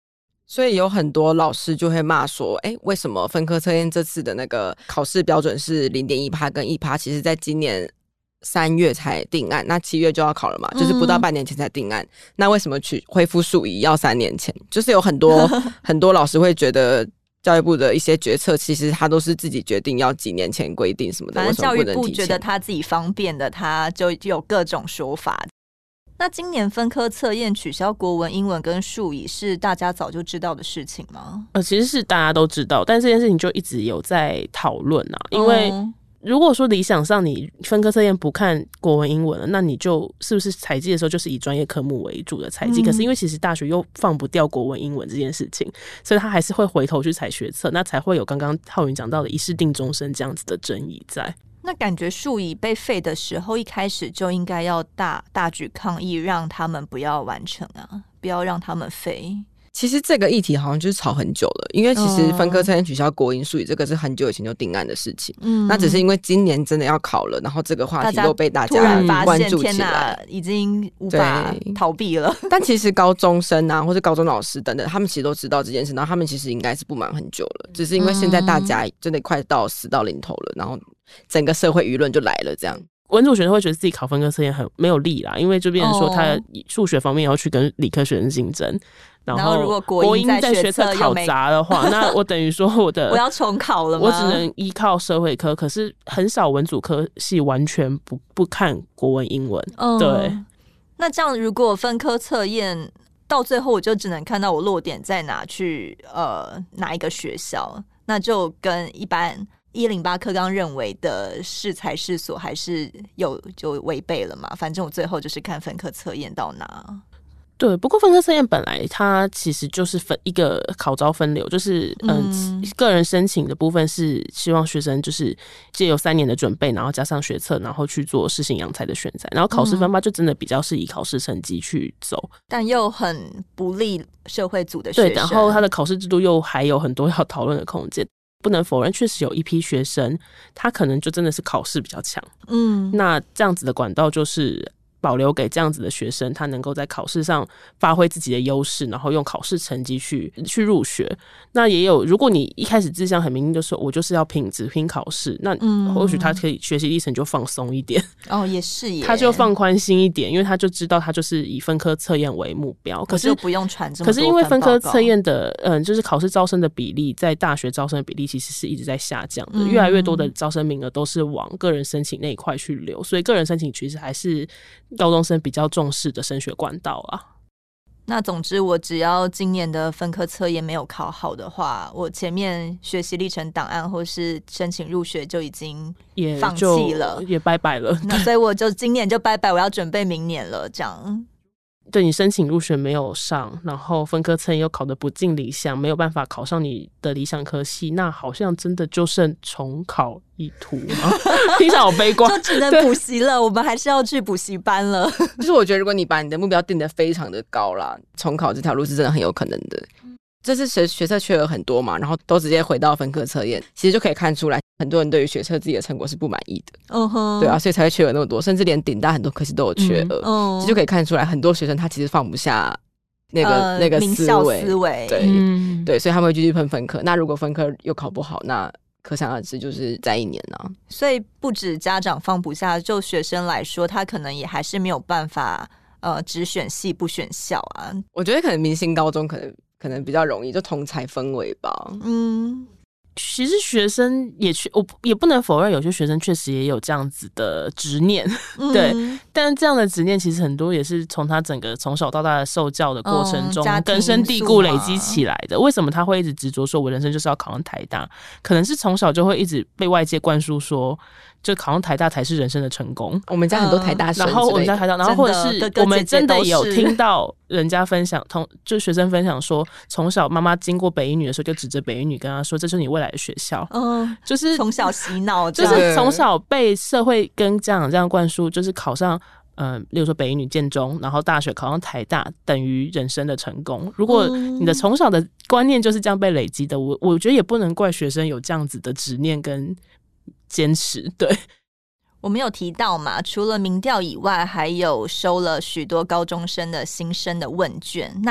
所以有很多老师就会骂说，哎，为什么分科测验这次的那个考试标准是 零点一 跟 一， 其实在今年三月才定案，那七月就要考了嘛，就是不到半年前才定案、嗯、那为什么去恢复数乙要三年前？就是有很多很多老师会觉得教育部的一些决策其实他都是自己决定要几年前规定什么的， 反正教育部觉得他自己方便的，他就有各种说法。那今年分科测验取消国文、英文跟数乙是大家早就知道的事情吗？ 呃，其实是大家都知道，但这件事情就一直有在讨论啊。因为如果说理想上你分科测验不看国文、英文了，那你就是不是采集的时候就是以专业科目为主的采集、嗯？可是因为其实大学又放不掉国文、英文这件事情，所以他还是会回头去采学测，那才会有刚刚浩云讲到的一试定终身这样子的争议在。 那感觉数乙被废的时候，一开始就应该要大大举抗议，让他们不要完成啊，不要让他们废。 其实这个议题好像就是吵很久了，因为其实分科测验取消国英数乙这个是很久以前就定案的事情、嗯、那只是因为今年真的要考了，然后这个话题又被大家关注起来， 已经无法逃避了。 但其实高中生啊或者高中老师等等，他们其实都知道这件事，然后他们其实应该是不满很久了，只是因为现在大家真的快到死到临头了，然后整个社会舆论就来了这样。 文组学生会觉得自己考分科测验很没有力啦，因为就变成说他数学方面要去跟理科学生竞争，然后如果国英在学测考砸的话，那我等于说我的我要重考了吗？ 我只能依靠社会科，可是很少文组科系完全不不看国文、英文、嗯。对， 那这样如果分科测验到最后，我就只能看到我落点在哪去呃哪一个学校，那就跟一般一零八课纲认为的适才适所还是有就违背了嘛？反正我最后就是看分科测验到哪。 对，不过分科测验本来它其实就是分一个考招分流，就是嗯、呃，个人申请的部分是希望学生就是借由三年的准备，然后加上学测，然后去做适性扬才的选择，然后考试分发就真的比较是以考试成绩去走， 但又很不利社会组的学生。 对，然后它的考试制度又还有很多要讨论的空间。不能否认，确实有一批学生，他可能就真的是考试比较强。嗯，那这样子的管道就是保留给这样子的学生，他能够在考试上发挥自己的优势，然后用考试成绩去去入学。那也有，如果你一开始志向很明确，就是我就是要拼只拼考试，那或许他可以学习历程就放松一点。 哦，也是耶， 他就放宽心一点，因为他就知道他就是以分科测验为目标。可是就不用传这么多份报告。 可是因为分科测验的嗯，就是考试招生的比例，在大学招生的比例其实是一直在下降的，嗯、越来越多的招生名额都是往个人申请那一块去流，所以个人申请其实还是高中生比较重视的升学管道啊。 那总之我只要今年的分科测验没有考好的话，我前面学习历程档案或是申请入学就已经放弃了， 也拜拜了。 那所以我就今年就拜拜，我要准备明年了这样。 对，你申请入学没有上，然后分科测验又考得不尽理想，没有办法考上你的理想科系，那好像真的就剩重考一途吗？听起来好悲观， 就只能补习了，我们还是要去补习班了。 就是我觉得如果你把你的目标定得非常的高啦，重考这条路是真的很有可能的。这次学学测缺额很多嘛，然后都直接回到分科测验，其实就可以看出来很多人对于学测自己的成果是不满意的。嗯哼，对啊，所以才会缺额那么多，甚至连顶大很多科系都有缺额，嗯，其实就可以看出来很多学生他其实放不下那个、呃、那个名校思维， 对、嗯、对，所以他们会继续喷分科。那如果分科又考不好，那可想而知就是在一年啊。 所以不止家长放不下，就学生来说，他可能也还是没有办法呃只选系不选校啊。 我觉得可能明星高中可能。可能比较容易，就同侪氛围吧。嗯， 其实学生也去，我也不能否认，有些学生确实也有这样子的执念，嗯、对。但这样的执念其实很多也是从他整个从小到大的受教的过程中、嗯、根深蒂固累积起来的。为什么他会一直执着说，我人生就是要考上台大？可能是从小就会一直被外界灌输说。就考上台大才是人生的成功。 我们家很多台大生、 嗯，然后我们家台大，然后或者是我们真的有听到人家分享，同就学生分享说，从小妈妈经过北一女的时候，就指着北一女跟她说：“这就是你未来的学校。”嗯，就是从小洗脑， 就是从小被社会跟家长这样灌输，就是考上。嗯、呃，例如说北一女建中，然后大学考上台大等于人生的成功。如果你的从小的观念就是这样被累积的，我我觉得也不能怪学生有这样子的执念跟坚持。对， 我们有提到嘛，除了民调以外，还有收了许多高中生的新生的问卷。那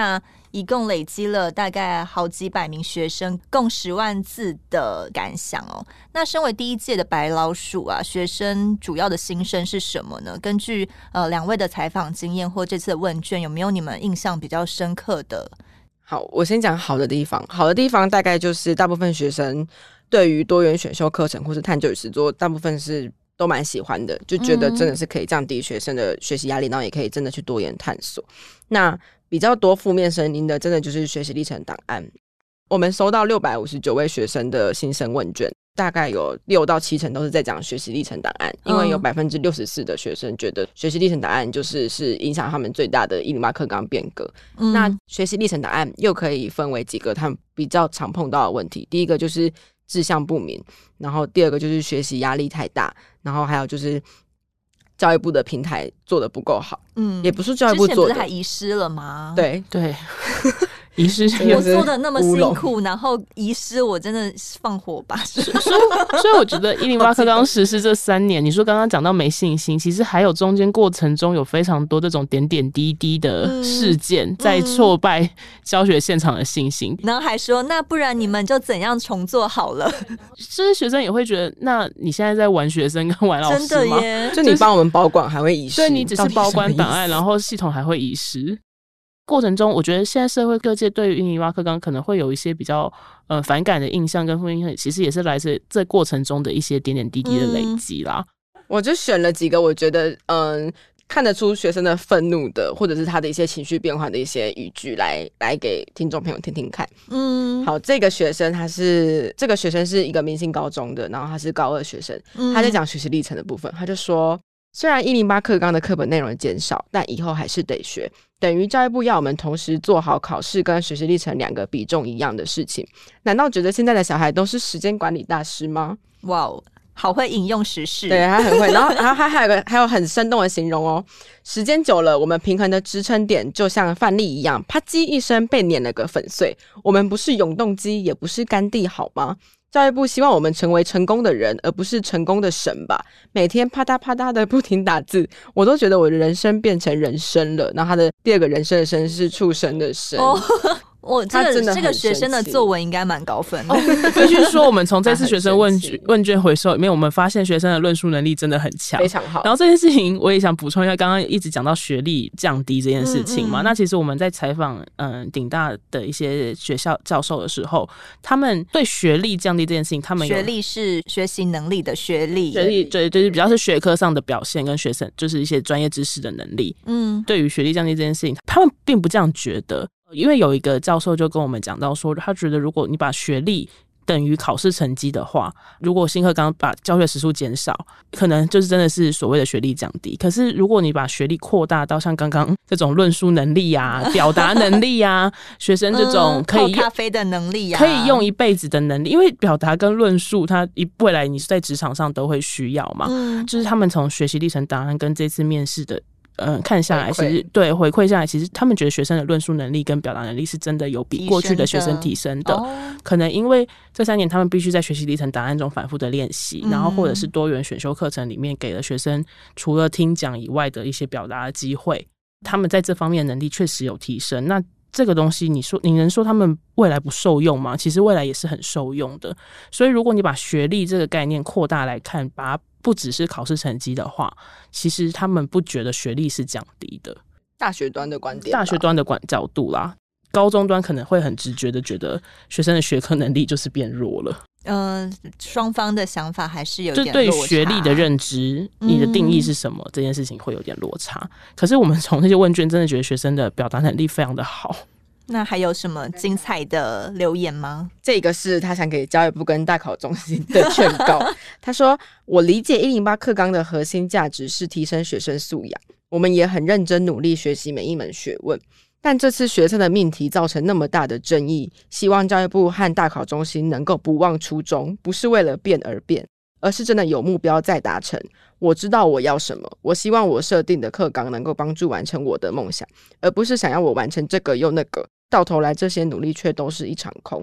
一共累积了大概好几百名学生，共十万字的感想哦。那身为第一届的白老鼠啊，学生主要的心声是什么呢？根据呃两位的采访经验或这次的问卷，有没有你们印象比较深刻的？ 好，我先讲好的地方。好的地方大概就是大部分学生对于多元选修课程或是探究与实作，大部分是都蛮喜欢的，就觉得真的是可以降低学生的学习压力，然后也可以真的去多元探索。那比较多负面声音的，真的就是学习历程档案。我们收到六百五十九位学生的新生问卷，大概有六到七成都是在讲学习历程档案，因为有百分之六十四的学生觉得学习历程档案就是是影响他们最大的一零八课纲变革。嗯、那学习历程档案又可以分为几个他们比较常碰到的问题，第一个就是志向不明，然后第二个就是学习压力太大，然后还有就是教育部的平台做得不够好。嗯，也不是教育部做的， 之前不是还遗失了吗？ 对对。遗失我做的那么辛苦，然后遗失，我真的放火吧。所以， 所以我觉得一零八课纲实施这三年，你说刚刚讲到没信心，其实还有中间过程中有非常多这种点点滴滴的事件，嗯、在挫败教学现场的信心。 然后还说，那不然你们就怎样重做好了？ 这些学生也会觉得，那你现在在玩学生跟玩老师吗？ 真的耶！ 就你帮我们保管还会遗失， 对，你只是保管档案，然后系统还会遗失。过程中，我觉得现在社会各界对于一零八课纲可能会有一些比较呃反感的印象跟负面印象，其实也是来自这过程中的一些点点滴滴的累积啦。 嗯、我就选了几个我觉得嗯看得出学生的愤怒的，或者是他的一些情绪变化的一些语句来来给听众朋友听听看。嗯，好，这个学生他是这个学生是一个明星高中的，然后他是高二学生，嗯、他在讲学习历程的部分，他就说。虽然一零八课纲的课本内容减少，但以后还是得学，等于教育部要我们同时做好考试跟学习历程两个比重一样的事情。难道觉得现在的小孩都是时间管理大师吗？ 哇哦，好会引用时事， 对，他很会。然后，然后他还有个还有很生动的形容哦，时间久了，我们平衡的支撑点就像饭粒一样，啪叽一声被碾了个粉碎。我们不是永动机，也不是甘地，好吗？教育部希望我们成为成功的人，而不是成功的神吧。每天啪嗒啪嗒的不停打字，我都觉得我的人生变成人生了。然后他的第二个人生的生是畜生的生。哦我这个这个学生的作文应该蛮高分的。 必须说，我们从这次学生问卷问卷回收里面，我们发现学生的论述能力真的很强， 非常好。 然后这件事情我也想补充一下，刚刚一直讲到学历降低这件事情嘛，嗯嗯那其实我们在采访嗯顶大的一些学校教授的时候，他们对学历降低这件事情，他们有学历是学习能力的学历， 学历对就是比较是学科上的表现跟学生就是一些专业知识的能力。嗯，对于学历降低这件事情，他们并不这样觉得。因为有一个教授就跟我们讲到说，他觉得如果你把学历等于考试成绩的话，如果新课纲把教学时数减少，可能就是真的是所谓的学历降低。可是如果你把学历扩大到像刚刚这种论述能力啊、表达能力啊，学生这种可以泡咖啡的能力啊， 可以用一辈子的能力，因为表达跟论述，它未来你在职场上都会需要嘛。嗯，就是他们从学习历程档案跟这次面试的。嗯，看下来，其实对回馈下来，其实他们觉得学生的论述能力跟表达能力是真的有比过去的学生提升的。哦、可能因为这三年他们必须在学习历程档案中反复的练习，嗯、然后或者是多元选修课程里面给了学生除了听讲以外的一些表达的机会，他们在这方面的能力确实有提升。那这个东西你说你能说他们未来不受用吗？其实未来也是很受用的。所以如果你把学历这个概念扩大来看，把它不只是考试成绩的话，其实他们不觉得学历是降低的。 大学端的观点， 大学端的管角度啦，高中端可能会很直觉的觉得学生的学科能力就是变弱了。 嗯、呃，双方的想法还是有点落差。 就对于学历的认知，你的定义是什么？嗯、这件事情会有点落差。可是我们从那些问卷真的觉得学生的表达能力非常的好。 那还有什么精彩的留言吗？ 这个是他想给教育部跟大考中心的劝告。他说：“我理解一零八课纲的核心价值是提升学生素养，我们也很认真努力学习每一门学问。但这次学测的命题造成那么大的争议，希望教育部和大考中心能够不忘初衷，不是为了变而变，而是真的有目标再达成。我知道我要什么，我希望我设定的课纲能够帮助完成我的梦想，而不是想要我完成这个又那个，到头来这些努力却都是一场空。”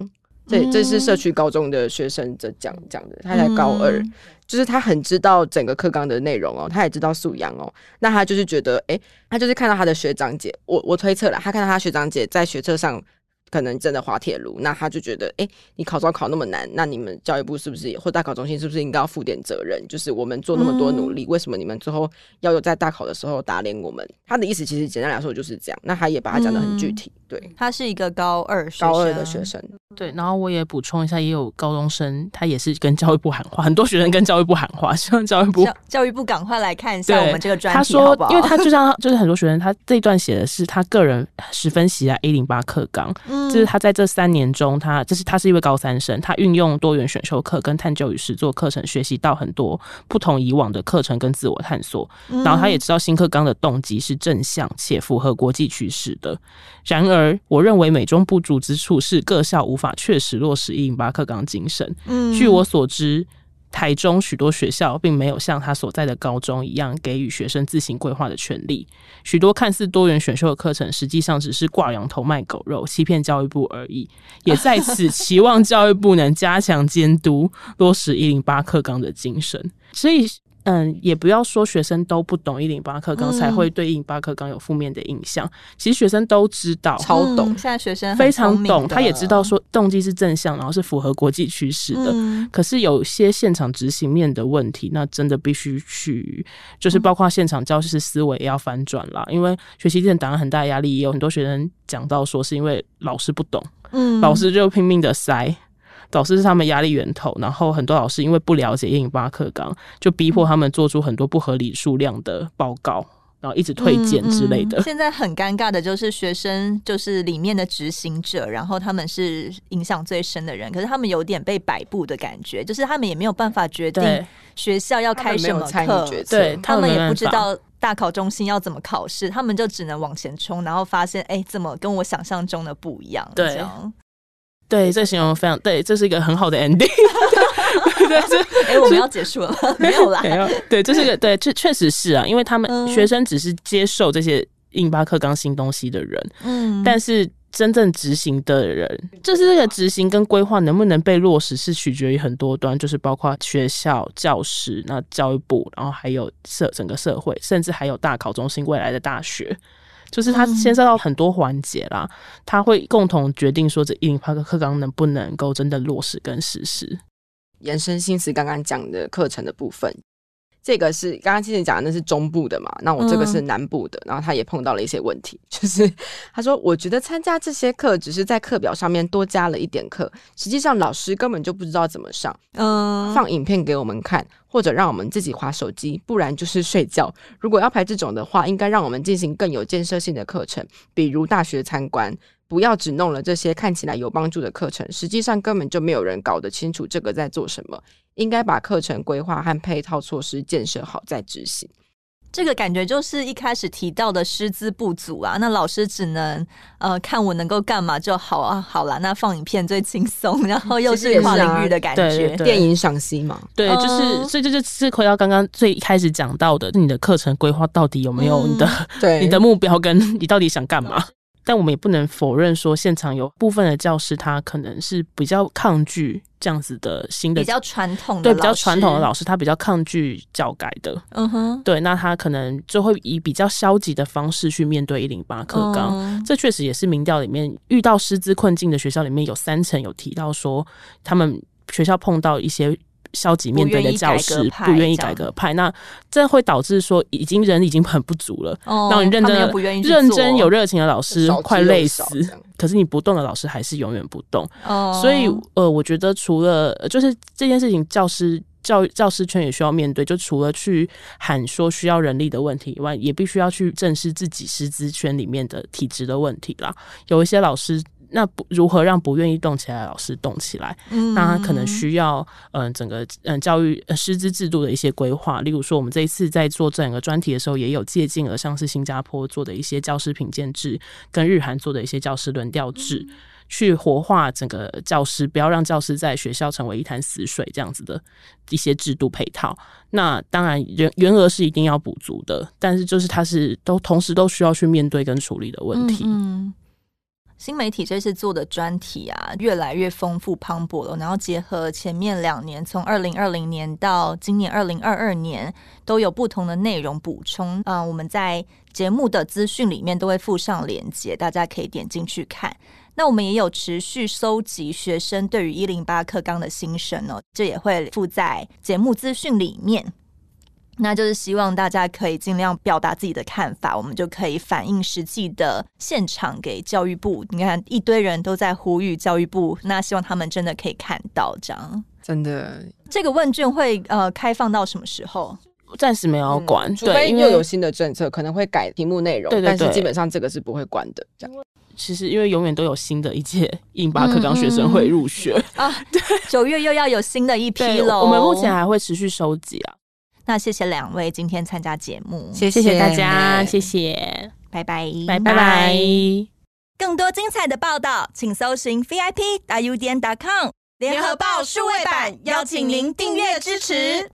这这是社区高中的学生在讲讲的，他才高二、嗯，就是他很知道整个课纲的内容哦，他也知道素养哦。那他就是觉得，哎，他就是看到他的学长姐，我我推测啦，他看到他学长姐在学测上可能真的滑铁卢，那他就觉得，哎，你考招考那么难，那你们教育部是不是也或大考中心是不是应该要负点责任？就是我们做那么多努力，嗯、为什么你们最后要有在大考的时候打脸我们？他的意思其实简单来说就是这样。那他也把他讲得很具体。嗯对， 他是一个高二学生高二的学生。 对，然后我也补充一下，也有高中生，他也是跟教育部喊话，很多学生跟教育部喊话，希望教育部教, 教育部赶快来看一下我们这个专题。 他说好不好， 因为他就像就是很多学生，他这一段写的是他个人十分喜爱一零八课纲，嗯，就是他在这三年中，他就是他是一位高三生，他运用多元选修课跟探究与实作课程，学习到很多不同以往的课程跟自我探索，嗯，然后他也知道新课纲的动机是正向且符合国际趋势的。然而，我认为美中不足之处是各校无法确实落实一零八课纲精神。嗯，据我所知，台中许多学校并没有像他所在的高中一样给予学生自行规划的权利。许多看似多元选修的课程，实际上只是挂羊头卖狗肉，欺骗教育部而已。也在此期望教育部能加强监督，落实一零八课纲的精神。所以。嗯，也不要说学生都不懂一零八课纲才会对一零八课纲有负面的印象，其实学生都知道， 超懂、 嗯、现在学生非常懂，他也知道说动机是正向，然后是符合国际趋势的、嗯、可是有些现场执行面的问题，那真的必须去就是包括现场教师思维也要翻转啦，因为学习历程档案很大压力，也有很多学生讲到说是因为老师不懂，嗯，老师就拼命的塞，导师是他们压力源头，然后很多老师因为不了解一零八课纲，就逼迫他们做出很多不合理数量的报告，然后一直推荐之类的、 嗯嗯、现在很尴尬的就是学生就是里面的执行者，然后他们是影响最深的人，可是他们有点被摆布的感觉，就是他们也没有办法决定学校要开什么课， 对， 他们也不知道大考中心要怎么考试，他们就只能往前冲，然后发现哎，怎么跟我想象中的不一样， 对，对，这形容非常对，这是一个很好的 ending 对， 哎、欸，我们要结束了没有啦， 对，这是一个对，这确实是啊，因为他们、嗯、学生只是接受这些一零八课纲新东西的人，嗯，但是真正执行的人，就是这个执行跟规划能不能被落实，是取决于很多端，就是包括学校、教师、那教育部，然后还有社整个社会，甚至还有大考中心未来的大学。就是他牵涉到很多环节啦，他会共同决定说这一零八课纲能不能够真的落实跟实施。 延伸新思刚刚讲的课程的部分，这个是刚刚其实讲的那是中部的嘛，那我这个是南部的、嗯、然后他也碰到了一些问题，就是他说我觉得参加这些课只是在课表上面多加了一点课，实际上老师根本就不知道怎么上，嗯，放影片给我们看或者让我们自己滑手机，不然就是睡觉。如果要排这种的话，应该让我们进行更有建设性的课程，比如大学参观，不要只弄了这些看起来有帮助的课程，实际上根本就没有人搞得清楚这个在做什么，应该把课程规划和配套措施建设好再执行。 这个感觉就是一开始提到的师资不足啊，那老师只能呃看我能够干嘛就好啊，好啦，那放影片最轻松，然后又是跨领域的感觉， 啊、对对对电影赏析嘛， 对，就是、嗯、所以这就是回到刚刚最一开始讲到的，你的课程规划到底有没有你的、嗯、对你的目标跟你到底想干嘛。但我们也不能否认说现场有部分的教师他可能是比较抗拒这样子的新的比较传统的对比较传统的老师，他比较抗拒教改的，嗯哼，对，那他可能就会以比较消极的方式去面对一零八课纲、嗯、这确实也是民调里面遇到师资困境的学校里面有三成有提到说他们学校碰到一些消极面对的教师不愿意改革派，那这会导致说已经人已经很不足了，哦、让你认真认真有热情的老师快累死，可是你不动的老师还是永远不动。哦、所以呃，我觉得除了就是这件事情，教师教教师圈也需要面对，就除了去喊说需要人力的问题以外，也必须要去正视自己师资圈里面的体制的问题啦。有一些老师。那不如何让不愿意动起来的老师动起来？嗯，那他可能需要嗯、呃、整个嗯、呃、教育、呃、师资制度的一些规划。例如说，我们这一次在做整个专题的时候，也有借鉴了像是新加坡做的一些教师评鉴制，跟日韩做的一些教师轮调制，嗯、去活化整个教师，不要让教师在学校成为一潭死水这样子的一些制度配套。那当然原原额是一定要补足的，但是就是它是都同时都需要去面对跟处理的问题。嗯嗯新媒体这次做的专题啊，越来越丰富磅礴了，然后结合前面两年，从二零二零年到今年二零二二年，都有不同的内容补充。嗯、呃，我们在节目的资讯里面都会附上连结，大家可以点进去看。那我们也有持续收集学生对于一零八课纲的心声哦，这也会附在节目资讯里面。那就是希望大家可以尽量表达自己的看法，我们就可以反映实际的现场给教育部。你看一堆人都在呼吁教育部，那希望他们真的可以看到这样。 真的， 这个问卷会呃开放到什么时候？ 暂时没有管， 嗯、除非又有新的政策，可能会改题目内容， 对对对， 但是基本上这个是不会管的。这样。 其实因为永远都有新的一届一零八课纲学生会入学、 嗯嗯、啊，对，九月又要有新的一批了。 我们目前还会持续收集啊。那谢谢两位今天参加节目， 谢谢大家，谢谢， 拜拜， 拜拜。 更多精彩的报道，请搜寻 V I P 点 U D N 点 com 联合报数位版，邀请您订阅支持。